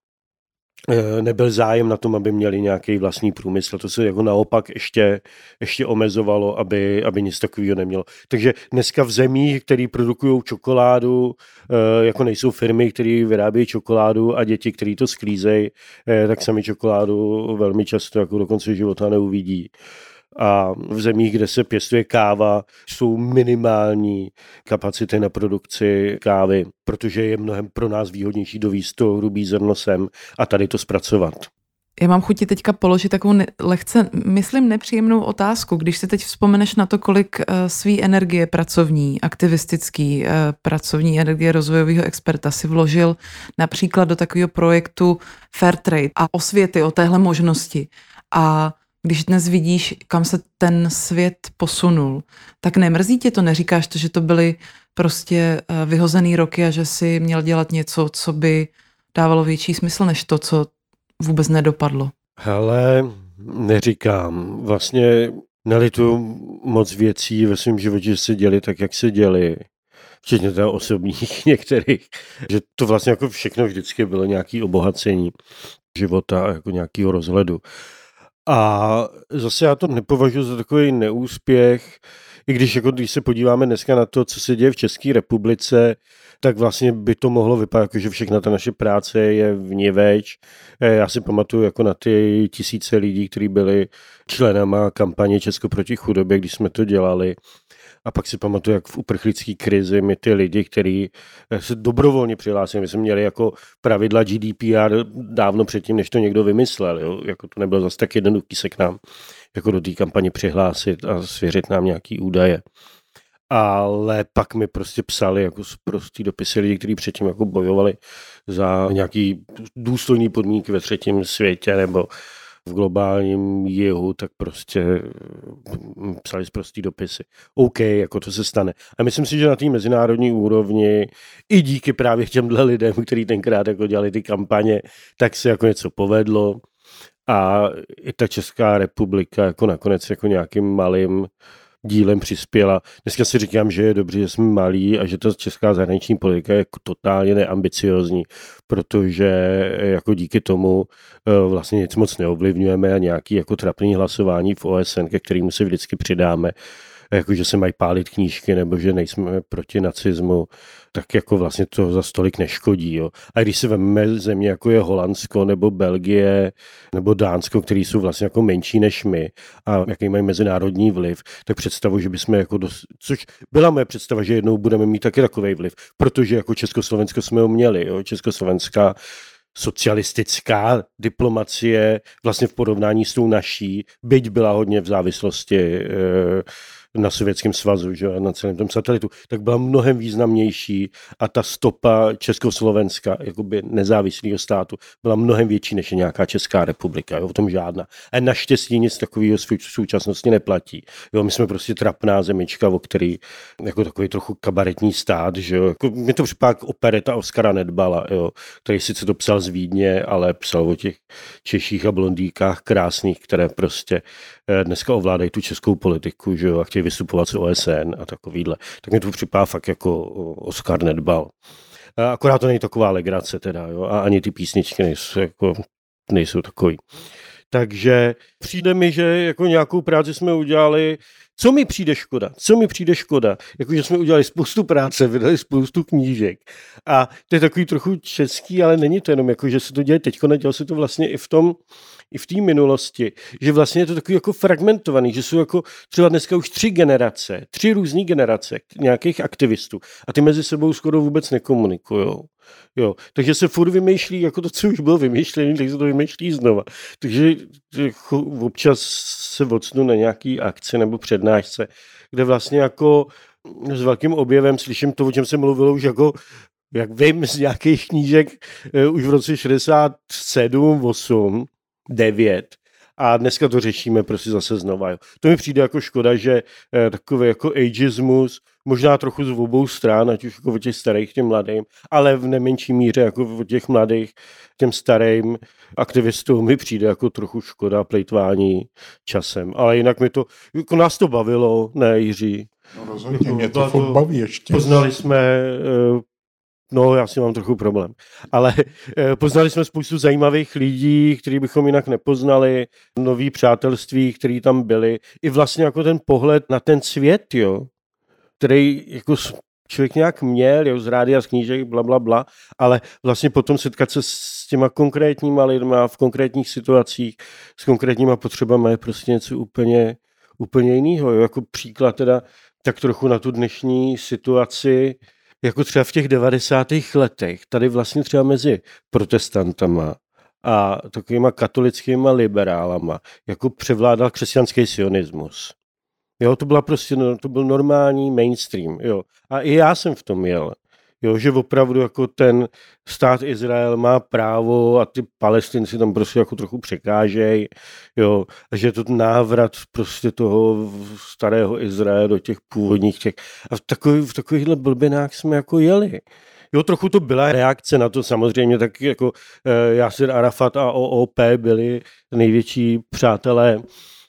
nebyl zájem na tom, aby měli nějaký vlastní průmysl. To se jako naopak ještě, ještě omezovalo, aby, aby nic takového nemělo. Takže dneska v zemích, které produkují čokoládu, jako nejsou firmy, které vyrábějí čokoládu a děti, které to sklízejí, tak sami čokoládu velmi často jako do konce života neuvidí. A v zemích, kde se pěstuje káva, jsou minimální kapacity na produkci kávy, protože je mnohem pro nás výhodnější dovízt to hrubý zrno sem a tady to zpracovat. Já mám chuti teďka položit takovou ne- lehce, myslím, nepříjemnou otázku. Když si teď vzpomeneš na to, kolik uh, svý energie pracovní, aktivistický, uh, pracovní energie rozvojového experta si vložil například do takového projektu Fairtrade a osvěty o téhle možnosti. A když dnes vidíš, kam se ten svět posunul, tak nemrzí tě to? Neříkáš to, že to byly prostě vyhozený roky a že si měl dělat něco, co by dávalo větší smysl než to, co vůbec nedopadlo? Hele, neříkám. Vlastně nelituju moc věcí ve svém životě, že se děli tak, jak se děli. Včetně teda osobních některých. Že to vlastně jako všechno vždycky bylo nějaké obohacení života a jako nějakého rozhledu. A zase já to nepovažuji za takový neúspěch, i když, jako, když se podíváme dneska na to, co se děje v České republice, tak vlastně by to mohlo vypadat, jako, že všechna ta naše práce je vniveč. Já si pamatuju jako na ty tisíce lidí, kteří byli členama kampaně Česko proti chudobě, když jsme to dělali. A pak si pamatuju, jak v uprchlické krizi my ty lidi, kteří se dobrovolně přihlásili, my jsme měli jako pravidla G D P R dávno předtím, než to někdo vymyslel. Jo? Jako to nebylo zase tak jednoduchý se k nám jako do té kampaně přihlásit a svěřit nám nějaký údaje. Ale pak mi prostě psali jako prostý dopisy lidí, kteří předtím jako bojovali za nějaký důstojný podmínky ve třetím světě nebo v globálním jihu, tak prostě psali prostý dopisy. OK, jako to se stane. A myslím si, že na té mezinárodní úrovni i díky právě těmhle lidem, kteří tenkrát jako dělali ty kampaně, tak se jako něco povedlo a i ta Česká republika jako nakonec jako nějakým malým dílem přispěla. Dneska si říkám, že je dobře, že jsme malí a že ta česká zahraniční politika je totálně neambiciozní, protože jako díky tomu vlastně nic moc neovlivňujeme a nějaký jako trapný hlasování v O S N, ke kterému se vždycky přidáme, jako že se mají pálit knížky nebo že nejsme proti nacismu, tak jako vlastně to za stolik neškodí. Jo. A když si vezmeme země, jako je Holandsko nebo Belgie nebo Dánsko, který jsou vlastně jako menší než my a jaký mají mezinárodní vliv, tak představu, že bychom jako dost, což byla moje představa, že jednou budeme mít taky takovej vliv, protože jako Československo jsme ho měli. Jo. Československá socialistická diplomacie vlastně v porovnání s tou naší, byť byla hodně v závislosti na Sovětském svazu, že, na celém tom satelitu, tak byla mnohem významnější a ta stopa Československa, jakoby nezávislého státu, byla mnohem větší, než je nějaká Česká republika, jo, o tom žádná. A naštěstí nic takového v současnosti neplatí. Jo, my jsme prostě trapná zemička, o který jako takový trochu kabaretní stát, že jo, jako, mě to připadá opereta Oskara Nedbala, jo, který sice to psal z Vídně, ale psal o těch Češích a blondýkách krásných, které prostě dneska ovládají tu českou politiku, že jo, a chtějí vystupovat z O S N a takovýhle. Tak mi to připadá fakt jako Oskar Nedbal. Akorát to není taková legrace teda, jo, a ani ty písničky nejsou, jako, nejsou takový. Takže přijde mi, že jako nějakou práci jsme udělali. Co mi přijde škoda? Co mi přijde škoda? Jakože jsme udělali spoustu práce, vydali spoustu knížek. A to je takový trochu český, ale není to jenom jako, že se to děje teďko, nedělo se to vlastně i v tom, i v té minulosti, že vlastně je to takový jako fragmentovaný, že jsou jako třeba dneska už tři generace, tři různý generace nějakých aktivistů a ty mezi sebou skoro vůbec nekomunikujou. Jo, takže se furt vymýšlí, jako to, co už bylo vymýšlené, tak se to vymýšlí znova. Takže jako občas se ocnu na nějaký akci nebo přednášce, kde vlastně jako s velkým objevem slyším to, o čem se mluvilo už jako, jak vím, z nějakých knížek už v roce šedesát sedm, osm, devět. A dneska to řešíme prostě zase znova. Jo. To mi přijde jako škoda, že eh, takový jako ageismus, možná trochu z obou stran, ať už jako od těch starých těm mladým, ale v nemenší míře jako od těch mladých těm starým aktivistům mi přijde jako trochu škoda plejtvání časem. Ale jinak mi to, jako nás to bavilo, ne Jiří. No rozhodně, jako, mě to furt baví ještě. Poznali jsme eh, No, já si mám trochu problém. Ale eh, poznali jsme spoustu zajímavých lidí, který bychom jinak nepoznali, nový přátelství, který tam byli. I vlastně jako ten pohled na ten svět, jo, který jako člověk nějak měl, jo, z rádia, z knížek, bla, bla, bla, ale vlastně potom setkat se s těma konkrétníma lidma v konkrétních situacích, s konkrétníma potřebami je prostě něco úplně, úplně jiného. Jo. Jako příklad teda tak trochu na tu dnešní situaci, jako třeba v těch devadesátých letech, tady vlastně třeba mezi protestantama a takovýma katolickýma liberálama, jako převládal křesťanský sionismus. Jo, to byla prostě, to byl normální mainstream, jo. A i já jsem v tom jel. Jo, že opravdu jako ten stát Izrael má právo a ty Palestinci tam prostě jako trochu překážejí, jo, a že je to návrat prostě toho starého Izraele do těch původních těch. A v, takový, v takovýchhle blbinách jsme jako jeli. Jo, trochu to byla reakce na to samozřejmě, tak jako eh, Jasir Arafat a O O P byli největší přátelé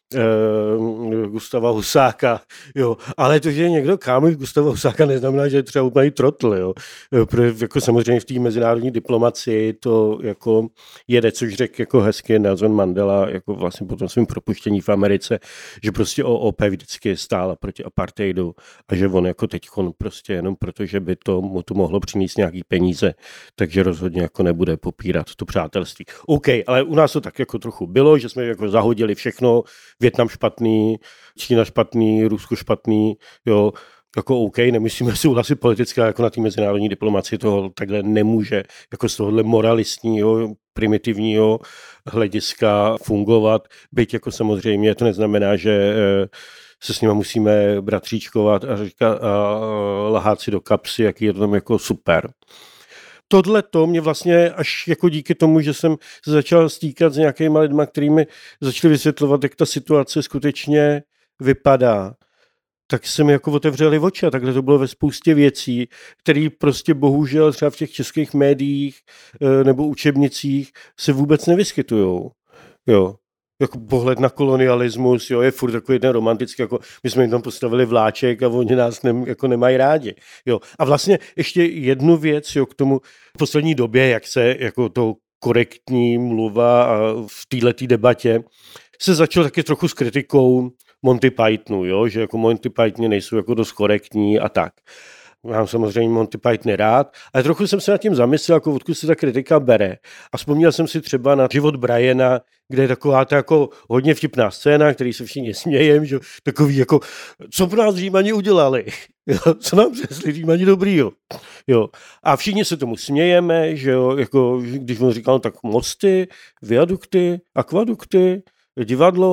Uh, Gustava Husáka, jo. Ale to, že je někdo kámoš Gustava Husáka, neznamená, že je třeba úplný trotl, jo. Protože jako samozřejmě v té mezinárodní diplomacii to jako jede, což řekl jako hezky Nelson Mandela, jako vlastně po tom svým propuštění v Americe, že prostě O O P vždycky stála proti apartheidu a že on jako teďkon prostě jenom proto, že by to mu to mohlo přinést nějaký peníze, takže rozhodně jako nebude popírat to přátelství. OK, ale u nás to tak jako trochu bylo, že jsme jako zahodili všechno, Vietnam špatný, Čína špatný, Rusko špatný, jo, jako OK, nemusíme souhlasit politicky, jako na té mezinárodní diplomacii toho takhle nemůže, jako z tohohle moralistního, primitivního hlediska fungovat, byť jako samozřejmě to neznamená, že se s nima musíme bratříčkovat a, říkat, a lahát si do kapsy, jaký je to tam jako super. Tohle to mě vlastně až jako díky tomu, že jsem se začal stýkat s nějakýma lidma, kterými začali vysvětlovat, jak ta situace skutečně vypadá, tak se mi jako otevřeli oči a takhle to bylo ve spoustě věcí, které prostě bohužel třeba v těch českých médiích nebo učebnicích se vůbec nevyskytujou. Jo. Jako pohled na kolonialismus, jo, je furt takový ten romantický, jako my jsme jim tam postavili vláček a oni nás ne, jako nemají rádi. Jo. A vlastně ještě jednu věc, jo, k tomu v poslední době, jak se jako to korektní mluva a v této debatě se začal taky trochu s kritikou Monty Pythonu, jo, že jako Monty Pythoni nejsou jako dost korektní a tak. Mám samozřejmě Monty Python rád, ale trochu jsem se nad tím zamyslel, jako odkud se ta kritika bere. A vzpomněl jsem si třeba na život Briana, kde je taková ta jako hodně vtipná scéna, který se všichni smějem, že takový jako, co pro nás Římani udělali, jo, co nám přinesli Římani dobrýho. Jo. A všichni se tomu smějeme, že jo, jako, když on říkal, tak mosty, viadukty, akvadukty, divadlo,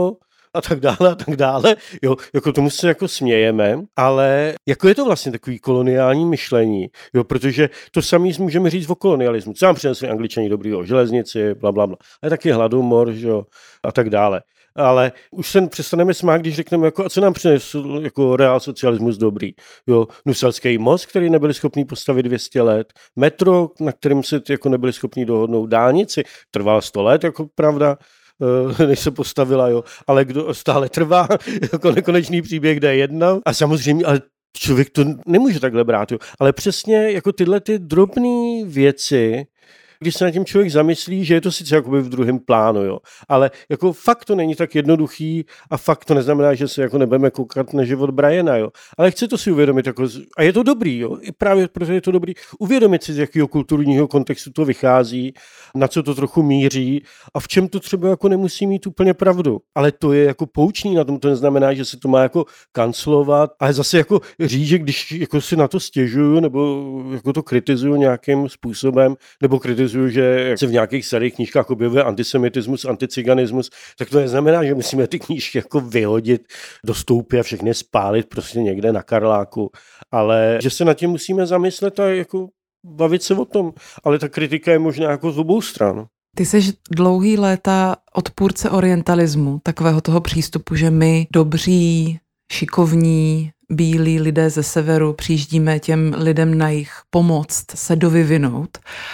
a tak dále a tak dále. Jo, jako tomu se jako smějeme, ale jako je to vlastně takový koloniální myšlení, jo, protože to samý můžeme říct o kolonialismu. Co nám přinesli Angličani dobrýho, železnici, bla, bla, bla. A taky hladomor, že jo, a tak dále. Ale už se přestaneme smát, když řekneme, jako, a co nám přinesl jako reál socialismus dobrý. Jo, Nuselský most, který nebyli schopni postavit dvě stě let, metro, na kterém se jako nebyli schopni dohodnout, dálnici, trvalo sto let, jako pravda, než se postavila, jo, ale kdo stále trvá, jako nekonečný příběh D jedna. A samozřejmě, ale člověk to nemůže takhle brát, jo. Ale přesně jako tyhle ty drobné věci, když se na tím člověk zamyslí, že je to sice jakoby v druhém plánu, jo, ale jako fakt to není tak jednoduchý a fakt to neznamená, že se jako nebudeme koukat na život Briana, jo, ale chci to si uvědomit, jako, a je to dobrý, jo, i právě protože je to dobrý, uvědomit si, z jakého kulturního kontextu to vychází, na co to trochu míří a v čem to třeba jako nemusí mít úplně pravdu, ale to je jako poučný, na tom to neznamená, že se to má jako kancelovat, ale zase jako říct, že když jako si na to stěžuju nebo jako to kritizuju nějakým způsobem, nebo kritizuju, že se v nějakých starých knížkách objevuje antisemitismus, anticiganismus, tak to neznamená, že musíme ty knížky jako vyhodit do stoupy a všechny spálit prostě někde na Karláku, ale že se nad tím musíme zamyslet a jako bavit se o tom. Ale ta kritika je možná jako z obou stran. Ty jsi dlouhý léta odpůrce orientalismu, takového toho přístupu, že my dobří, šikovní, bílí lidé ze severu přijíždíme těm lidem na jich pomoct se dovyvinout.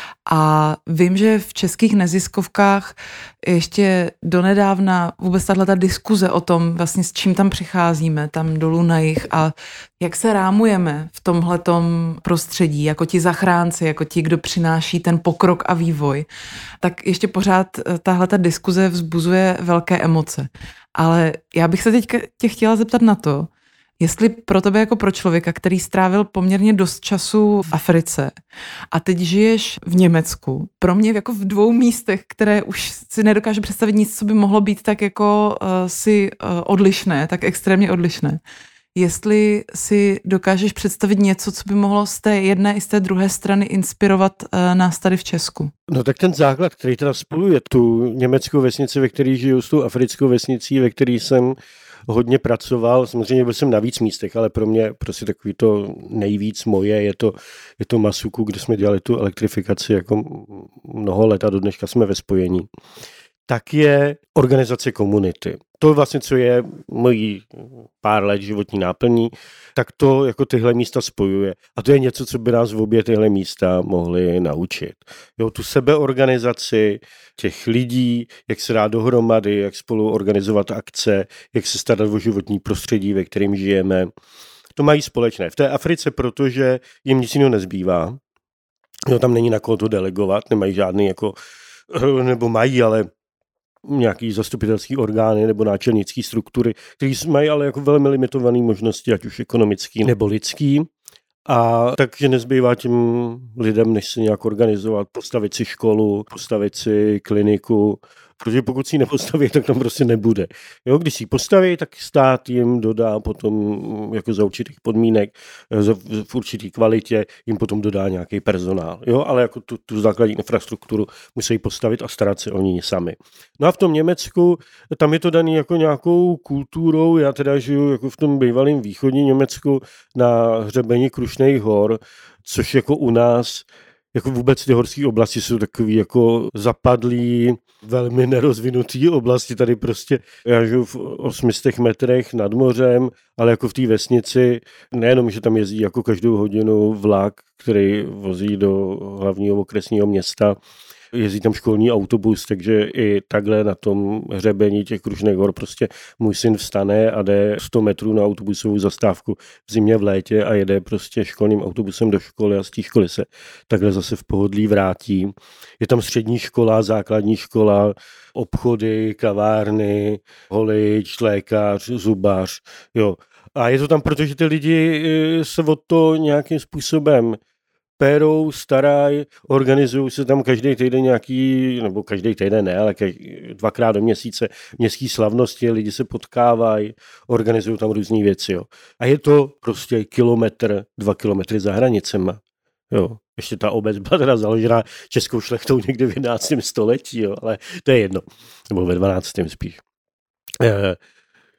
A vím, že v českých neziskovkách ještě donedávna vůbec tato diskuze o tom, vlastně s čím tam přicházíme, tam dolů na jich a jak se rámujeme v tomhletom prostředí, jako ti zachránci, jako ti, kdo přináší ten pokrok a vývoj, tak ještě pořád tahleta diskuze vzbuzuje velké emoce. Ale já bych se teď tě chtěla zeptat na to, jestli pro tebe jako pro člověka, který strávil poměrně dost času v Africe a teď žiješ v Německu, pro mě jako v dvou místech, které už si nedokážu představit nic, co by mohlo být tak jako uh, si uh, odlišné, tak extrémně odlišné. Jestli si dokážeš představit něco, co by mohlo z té jedné i z té druhé strany inspirovat uh, nás tady v Česku. No tak ten základ, který teda spojuje tu německou vesnici, ve které žiju, s tou africkou vesnicí, ve které jsem hodně pracoval, samozřejmě byl jsem na víc místech, ale pro mě prostě takový to nejvíc moje je to, je to Masuku, kde jsme dělali tu elektrifikaci jako mnoho let a do dneška jsme ve spojení. Tak je organizace komunity. To vlastně, co je mojí pár let životní náplní, tak to jako tyhle místa spojuje. A to je něco, co by nás v obě tyhle místa mohly naučit. Jo, tu sebeorganizaci těch lidí, jak se dá dohromady, jak spolu organizovat akce, jak se starat o životní prostředí, ve kterém žijeme. To mají společné. V té Africe, protože jim nic jiného nezbývá. Jo, tam není na koho to delegovat, nemají žádný jako, nebo mají, ale nějaký zastupitelský orgány nebo náčelnické struktury, které mají ale jako velmi limitované možnosti, ať už ekonomický nebo lidský. A takže nezbývá těm lidem, než se nějak organizovat, postavit si školu, postavit si kliniku, protože pokud si ji nepostaví, tak tam prostě nebude. Jo, když si ji postaví, tak stát jim dodá potom jako za určitých podmínek, v určitý kvalitě jim potom dodá nějaký personál. Jo, ale jako tu, tu základní infrastrukturu musí postavit a starat se o ní sami. No a v tom Německu, tam je to daný jako nějakou kulturou, já teda žiju jako v tom bývalém východním Německu na hřebeni Krušných hor, což jako u nás jako vůbec ty horské oblasti jsou takový jako zapadlý, velmi nerozvinutý oblasti. Tady prostě, já žiju v osmi stech metrech nad mořem, ale jako v té vesnici, nejenom, že tam jezdí jako každou hodinu vlak, který vozí do hlavního okresního města, jezdí tam školní autobus, takže i takhle na tom hřebení těch Krušných hor prostě můj syn vstane a jde sto metrů na autobusovou zastávku v zimě v létě a jede prostě školním autobusem do školy a z té školy se takhle zase v pohodlí vrátí. Je tam střední škola, základní škola, obchody, kavárny, holič, lékař, zubař, jo. A je to tam, protože ty lidi se o to nějakým způsobem pérou, starají, organizují se tam každý týden nějaký, nebo každý týden ne, ale dvakrát do měsíce městské slavnosti, lidi se potkávají, organizují tam různé věci. Jo. A je to prostě kilometr, dva kilometry za hranicema. Jo. Ještě ta obec byla teda založená českou šlechtou někdy v jedenáctém století, jo, ale to je jedno. Nebo ve dvanáctém spíš. E,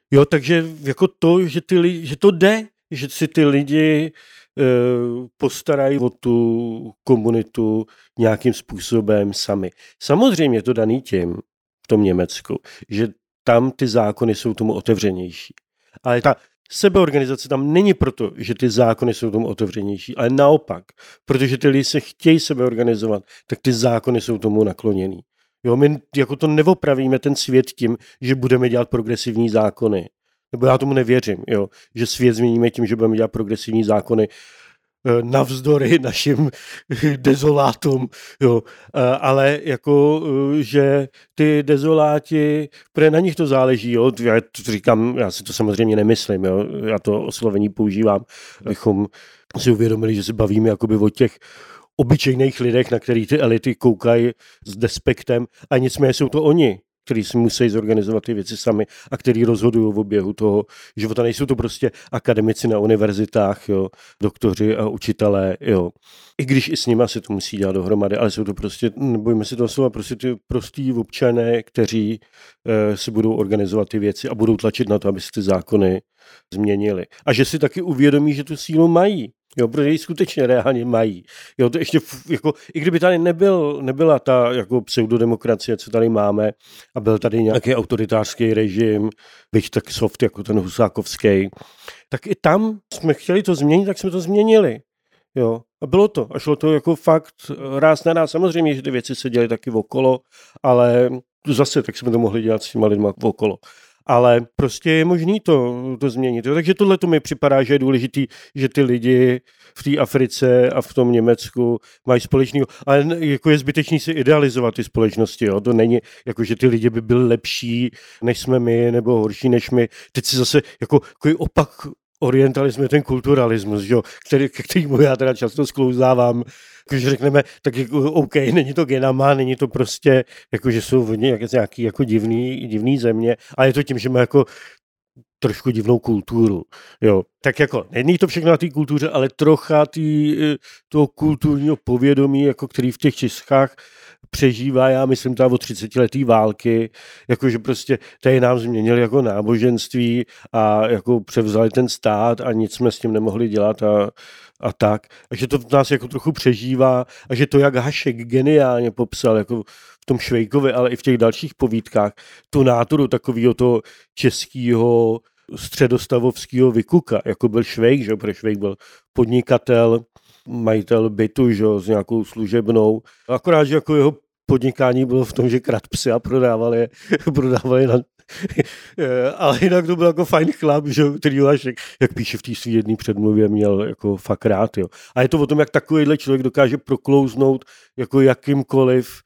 Jo, takže jako to, že, ty lidi, že to jde, že si ty lidi e, postarají o tu komunitu nějakým způsobem sami. Samozřejmě to daný tím v tom Německu, že tam ty zákony jsou tomu otevřenější. Ale ta sebeorganizace tam není proto, že ty zákony jsou tomu otevřenější, ale naopak, protože ty lidi se chtějí sebeorganizovat, tak ty zákony jsou tomu nakloněný. Jo, my jako to neopravíme ten svět tím, že budeme dělat progresivní zákony. Nebo já tomu nevěřím, jo, že svět změníme tím, že budeme dělat progresivní zákony navzdory našim dezolátům, jo, ale jako, že ty dezoláti, protože na nich to záleží, jo, já to říkám, já si to samozřejmě nemyslím, jo, já to oslovení používám, abychom si uvědomili, že se bavíme jakoby o těch obyčejných lidech, na který ty elity koukají s despektem, a nicméně jsou to oni, kteří si musí zorganizovat ty věci sami a kteří rozhodují v oběhu toho života. Nejsou to prostě akademici na univerzitách, jo, doktoři a učitelé, jo. I když i s nimi se to musí dělat dohromady, ale jsou to prostě, nebojíme si toho slova, prostě ty prostí občané, kteří e, si budou organizovat ty věci a budou tlačit na to, aby se ty zákony změnily. A že si taky uvědomí, že tu sílu mají. Jo, protože ji skutečně reálně mají. Jo, to ještě, jako, i kdyby tady nebyl, nebyla ta jako pseudodemokracie, co tady máme, a byl tady nějaký autoritářský režim, byť tak soft jako ten husákovský, tak i tam jsme chtěli to změnit, tak jsme to změnili. Jo, a bylo to. A šlo to jako fakt ráz na ráz. Samozřejmě, že ty věci se děly taky okolo, ale zase tak jsme to mohli dělat s těma lidma okolo. Ale prostě je možný to, to změnit. Jo. Takže tohle to mi připadá, že je důležitý, že ty lidi v té Africe a v tom Německu mají společného. Ale jako je zbytečný si idealizovat ty společnosti. Jo. To není jako, že ty lidi by byli lepší, než jsme my, nebo horší než my. Teď si zase jako, jako opak orientalismus je ten kulturalismus, jo, který, ke kterému já teda často sklouzávám. Když řekneme, tak jako, OK, není to genama, není to prostě, jako, že jsou nějaký jako divný, divný země, ale je to tím, že má jako trošku divnou kulturu. Jo. Tak jako, není to všechno na té kultuře, ale trocha tý, toho kulturního povědomí, jako který v těch Čechách přežívá, já myslím, tam o třicetiletý války, jakože prostě tady nám změnili jako náboženství a jako převzali ten stát a nic jsme s tím nemohli dělat a, a tak. A že to v nás jako trochu přežívá a že to, jak Hašek geniálně popsal, jako v tom Švejkovi, ale i v těch dalších povídkách, tu náturu takového toho českého středostavovského vykuka, jako byl Švejk, že? Protože Švejk byl podnikatel, majitel bytu, že? S nějakou služebnou. Akorát, že jako jeho podnikání bylo v tom, že kradl psy a prodávali je, prodávali na... ale jinak to byl jako fajn chlap, že? Který Hašek, jak píše v té svý jedné předmluvě, měl jako fakt rád. Jo. A je to o tom, jak takovýhle člověk dokáže proklouznout jako jakýmkoliv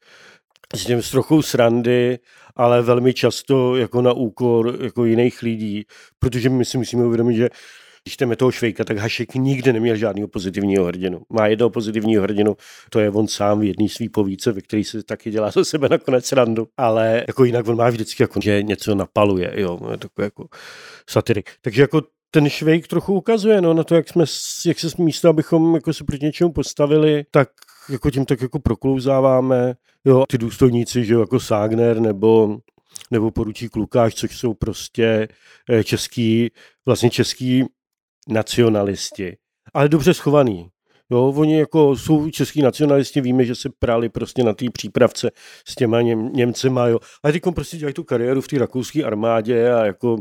s tím s trochou srandy, ale velmi často jako na úkor jako jiných lidí, protože my si musíme uvědomit, že když jdeme toho Švejka, tak Hašek nikdy neměl žádného pozitivního hrdinu. Má jednoho pozitivního hrdinu, to je on sám v jedné svý povídce, ve který se taky dělá za sebe nakonec srandu, ale jako jinak on má vždycky jako, že něco napaluje, jo, takový jako satirik. Takže jako ten Švejk trochu ukazuje, no, na to, jak jsme, jak se místo, abychom jako se proti něčemu postavili, tak jako tím tak jako proklouzáváme, jo, ty důstojníci, že jo, jako Ságner nebo, nebo poručík Lukáš, což jsou prostě český, vlastně český nacionalisti, ale dobře schovaný. Jo, oni jako jsou český nacionalisti, víme, že se prali prostě na té přípravce s těma Něm, Němcema, jo, ale teď prostě dělají tu kariéru v té rakouské armádě a jako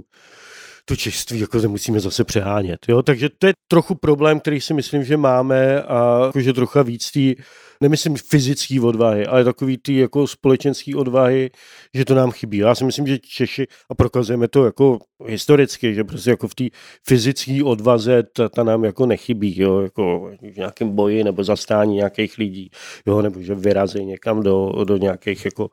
to češství jako musíme zase přehánět. Jo? Takže to je trochu problém, který si myslím, že máme a jakože trocha víc tý, nemyslím fyzický odvahy, ale takový ty jako společenský odvahy, že to nám chybí. Já si myslím, že Češi, a prokazujeme to jako historicky, že prostě jako v té fyzické odvaze ta, ta nám jako nechybí, jo? Jako v nějakém boji nebo zastání nějakých lidí, jo? Nebo že vyrazí někam do, do nějakých jako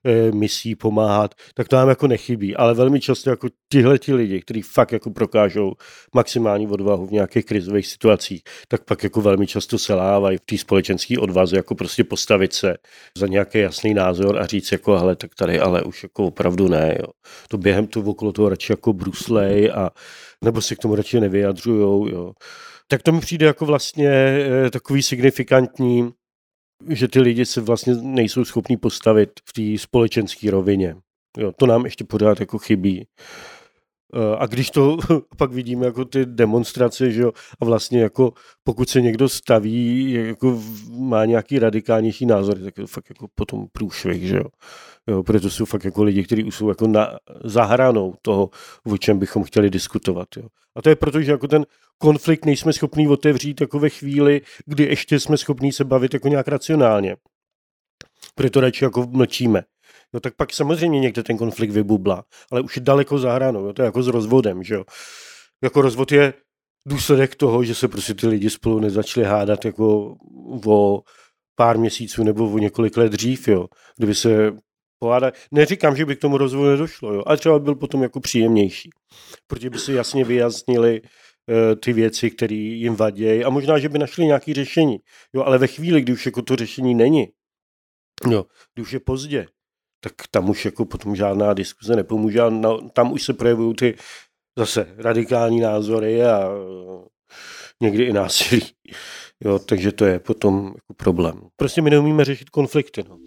misí pomáhat, tak to nám jako nechybí, ale velmi často jako tihleti lidi, kteří fakt jako prokážou maximální odvahu v nějakých krizových situacích, tak pak jako velmi často selávají v té společenské odvaze jako prostě postavit se za nějaký jasný názor a říct jako hele, tak tady ale už jako opravdu ne, jo. To během to okolo toho radši jako bruslej a nebo se k tomu radši nevyjadřujou, jo. Tak to mi přijde jako vlastně e, takový signifikantní, že ty lidi se vlastně nejsou schopní postavit v té společenské rovině. Jo, to nám ještě pořád jako chybí. A když to pak vidíme jako ty demonstrace, že jo, a vlastně jako pokud se někdo staví, jako má nějaký radikálnější názor, tak je to fakt jako potom průšvih, že jo. Jo, protože to jsou fakt jako lidi, kteří už jsou jako na, za hranou toho, o čem bychom chtěli diskutovat. Jo. A to je proto, že jako ten konflikt nejsme schopní otevřít jako ve chvíli, kdy ještě jsme schopní se bavit jako nějak racionálně. Proto radši jako mlčíme. No tak pak samozřejmě někde ten konflikt vybubla, ale už je daleko za hranou, jo. To je jako s rozvodem, že jo. Jako rozvod je důsledek toho, že se prostě ty lidi spolu nezačali hádat jako o pár měsíců nebo o několik let dřív, jo. Kdyby se pohádali. Neříkám, že by k tomu rozvodu nedošlo, jo, ale třeba byl potom jako příjemnější. Protože by si jasně vyjasnili uh, ty věci, které jim vadějí a možná, že by našli nějaké řešení. Jo, ale ve chvíli, kdy už jako to řešení není, jo, když už je pozdě, tak tam už jako potom žádná diskuze nepomůže a na, tam už se projevují ty zase radikální názory a uh, někdy i násilí. Jo, takže to je potom jako problém. Prostě my neumíme řešit konflikty. No.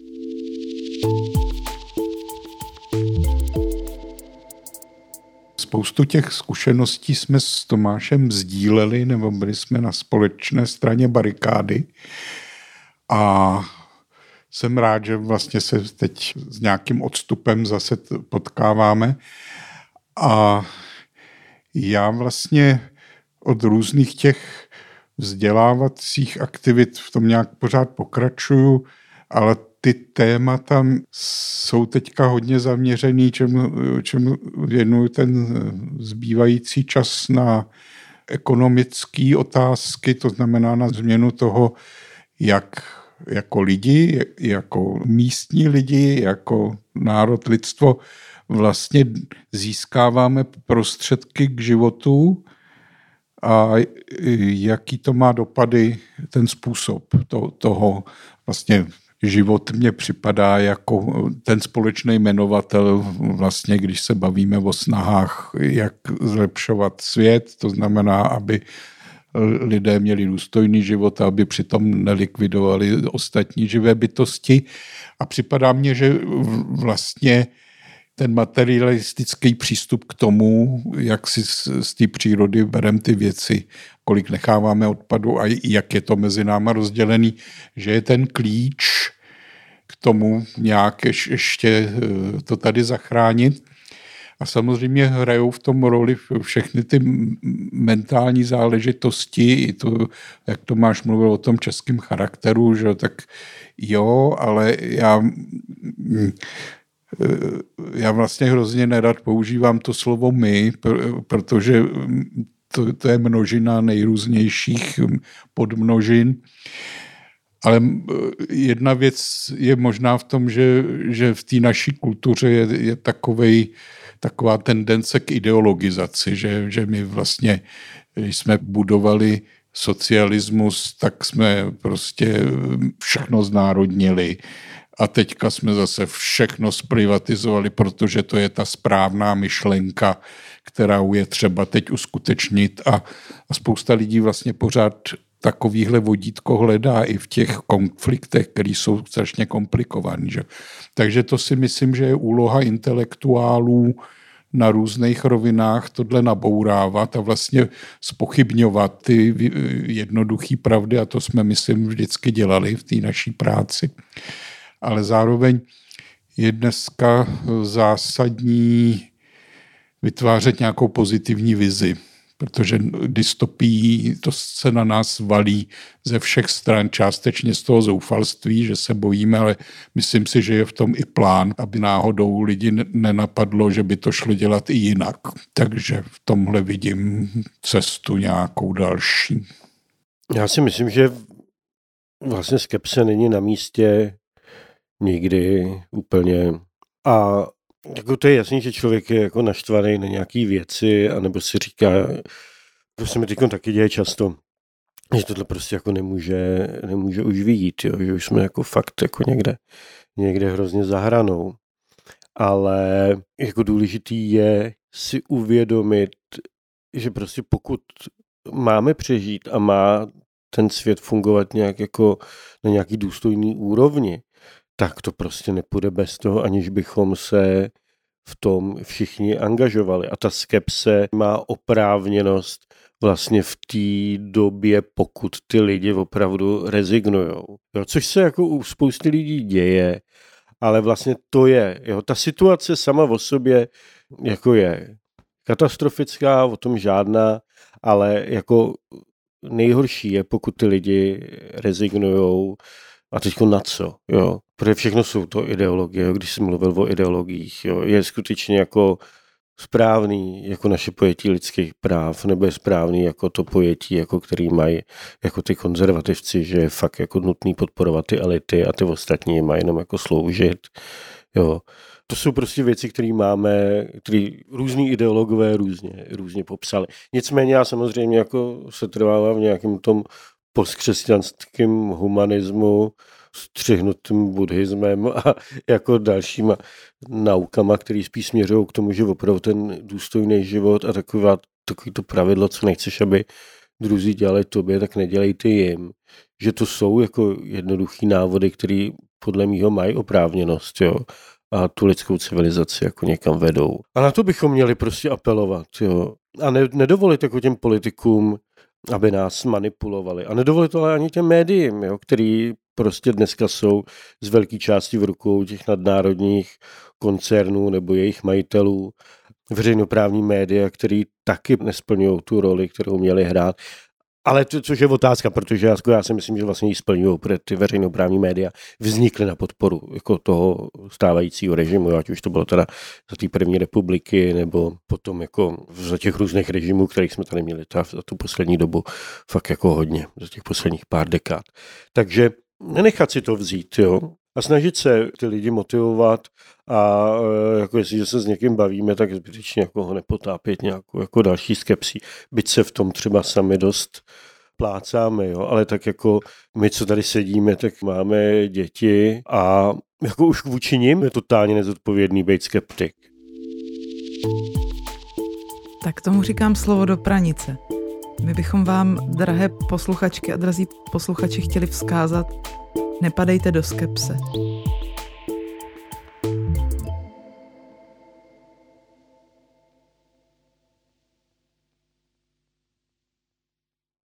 Spoustu těch zkušeností jsme s Tomášem sdíleli, nebo byli jsme na společné straně barikády a jsem rád, že vlastně se teď s nějakým odstupem zase potkáváme a já vlastně od různých těch vzdělávacích aktivit v tom nějak pořád pokračuju, ale ty témata jsou teďka hodně zaměřený, čemu, čemu věnuju ten zbývající čas na ekonomické otázky, to znamená na změnu toho, jak jako lidi, jako místní lidi, jako národ, lidstvo vlastně získáváme prostředky k životu a jaký to má dopady, ten způsob to, toho vlastně život mně připadá jako ten společný jmenovatel, vlastně když se bavíme o snahách, jak zlepšovat svět, to znamená, aby lidé měli důstojný život a aby přitom nelikvidovali ostatní živé bytosti. A připadá mně, že vlastně ten materialistický přístup k tomu, jak si z, z té přírody bereme ty věci, kolik necháváme odpadu a jak je to mezi náma rozdělený, že je ten klíč k tomu nějak ještě to tady zachránit. A samozřejmě hrajou v tom roli všechny ty mentální záležitosti, i to, jak Tomáš mluvil o tom českém charakteru, že tak jo, ale já... Já vlastně hrozně nerad používám to slovo my, protože to, to je množina nejrůznějších podmnožin. Ale jedna věc je možná v tom, že, že v té naší kultuře je, je takovej, taková tendence k ideologizaci, že, že my vlastně, když jsme budovali socialismus, tak jsme prostě všechno znárodnili. A teďka jsme zase všechno zprivatizovali, protože to je ta správná myšlenka, kterou je třeba teď uskutečnit. A, a spousta lidí vlastně pořád takovýhle vodítko hledá i v těch konfliktech, které jsou strašně komplikované. Že? Takže to si myslím, že je úloha intelektuálů na různých rovinách tohle nabourávat a vlastně zpochybňovat ty jednoduché pravdy. A to jsme, myslím, vždycky dělali v té naší práci. Ale zároveň je dneska zásadní vytvářet nějakou pozitivní vizi, protože dystopii to se na nás valí ze všech stran, částečně z toho zoufalství, že se bojíme, ale myslím si, že je v tom i plán, aby náhodou lidi nenapadlo, že by to šlo dělat i jinak. Takže v tomhle vidím cestu nějakou další. Já si myslím, že vlastně skepse není na místě nikdy úplně. A jako to je jasný, že člověk je jako naštvaný na nějaký věci, anebo si říká, to se mi teď taky děje často, že tohle prostě jako nemůže, nemůže už vyjít, jo? Že už jsme jako fakt jako někde, někde hrozně za hranou. Ale jako důležitý je si uvědomit, že prostě pokud máme přežít a má ten svět fungovat nějak jako na nějaký důstojný úrovni, tak to prostě nepůjde bez toho, aniž bychom se v tom všichni angažovali. A ta skepse má oprávněnost vlastně v té době, pokud ty lidi opravdu rezignujou. Jo, což se jako u spousty lidí děje, ale vlastně to je. Jo, ta situace sama o sobě jako je katastrofická, o tom žádná, ale jako nejhorší je, pokud ty lidi rezignujou a teďko na co, jo. Protože všechno jsou to ideologie, jo. Když jsem mluvil o ideologiích, jo. Je skutečně jako správný jako naše pojetí lidských práv, nebo je správný jako to pojetí, jako který mají jako ty konzervativci, že je fakt jako nutný podporovat ty elity a ty ostatní mají jenom jako sloužit, jo. To jsou prostě věci, které máme, které různý ideologové různě, různě popsali. Nicméně já samozřejmě jako se trvávám v nějakém tom postkřesťanském humanismu, střihnutým buddhismem a jako dalšíma naukama, které spíš směřují k tomu, že opravdu ten důstojný život a taková, takový to pravidlo, co nechceš, aby druzí dělali tobě, tak nedělejte jim. Že to jsou jako jednoduchý návody, které podle mýho mají oprávněnost, jo. A tu lidskou civilizaci jako někam vedou. A na to bychom měli prostě apelovat, jo. A ne, nedovolit jako těm politikům, aby nás manipulovali. A nedovolit to ale ani těm médiím, jo, který prostě dneska jsou z velké části v rukou těch nadnárodních koncernů nebo jejich majitelů, veřejnoprávní média, který taky nesplňují tu roli, kterou měli hrát. Ale to, což je otázka, protože já, já si myslím, že vlastně ji splňují, protože ty veřejnoprávní média vznikly na podporu jako toho stávajícího režimu, ať už to bylo teda za té první republiky, nebo potom jako za těch různých režimů, kterých jsme tady měli ta, za tu poslední dobu fakt jako hodně, za těch posledních pár dekád. Takže nenechat si to vzít, jo, a snažit se ty lidi motivovat a jako jestliže se s někým bavíme, tak zbytečně jako ho nepotápět nějakou jako další skepsí. Byť se v tom třeba sami dost plácáme, jo, ale tak jako my, co tady sedíme, tak máme děti a jako už vůči nim je totálně nezodpovědný být skeptik. Tak tomu říkám slovo do pranice. My bychom vám, drahé posluchačky a drazí posluchači, chtěli vzkázat: nepadejte do skepse.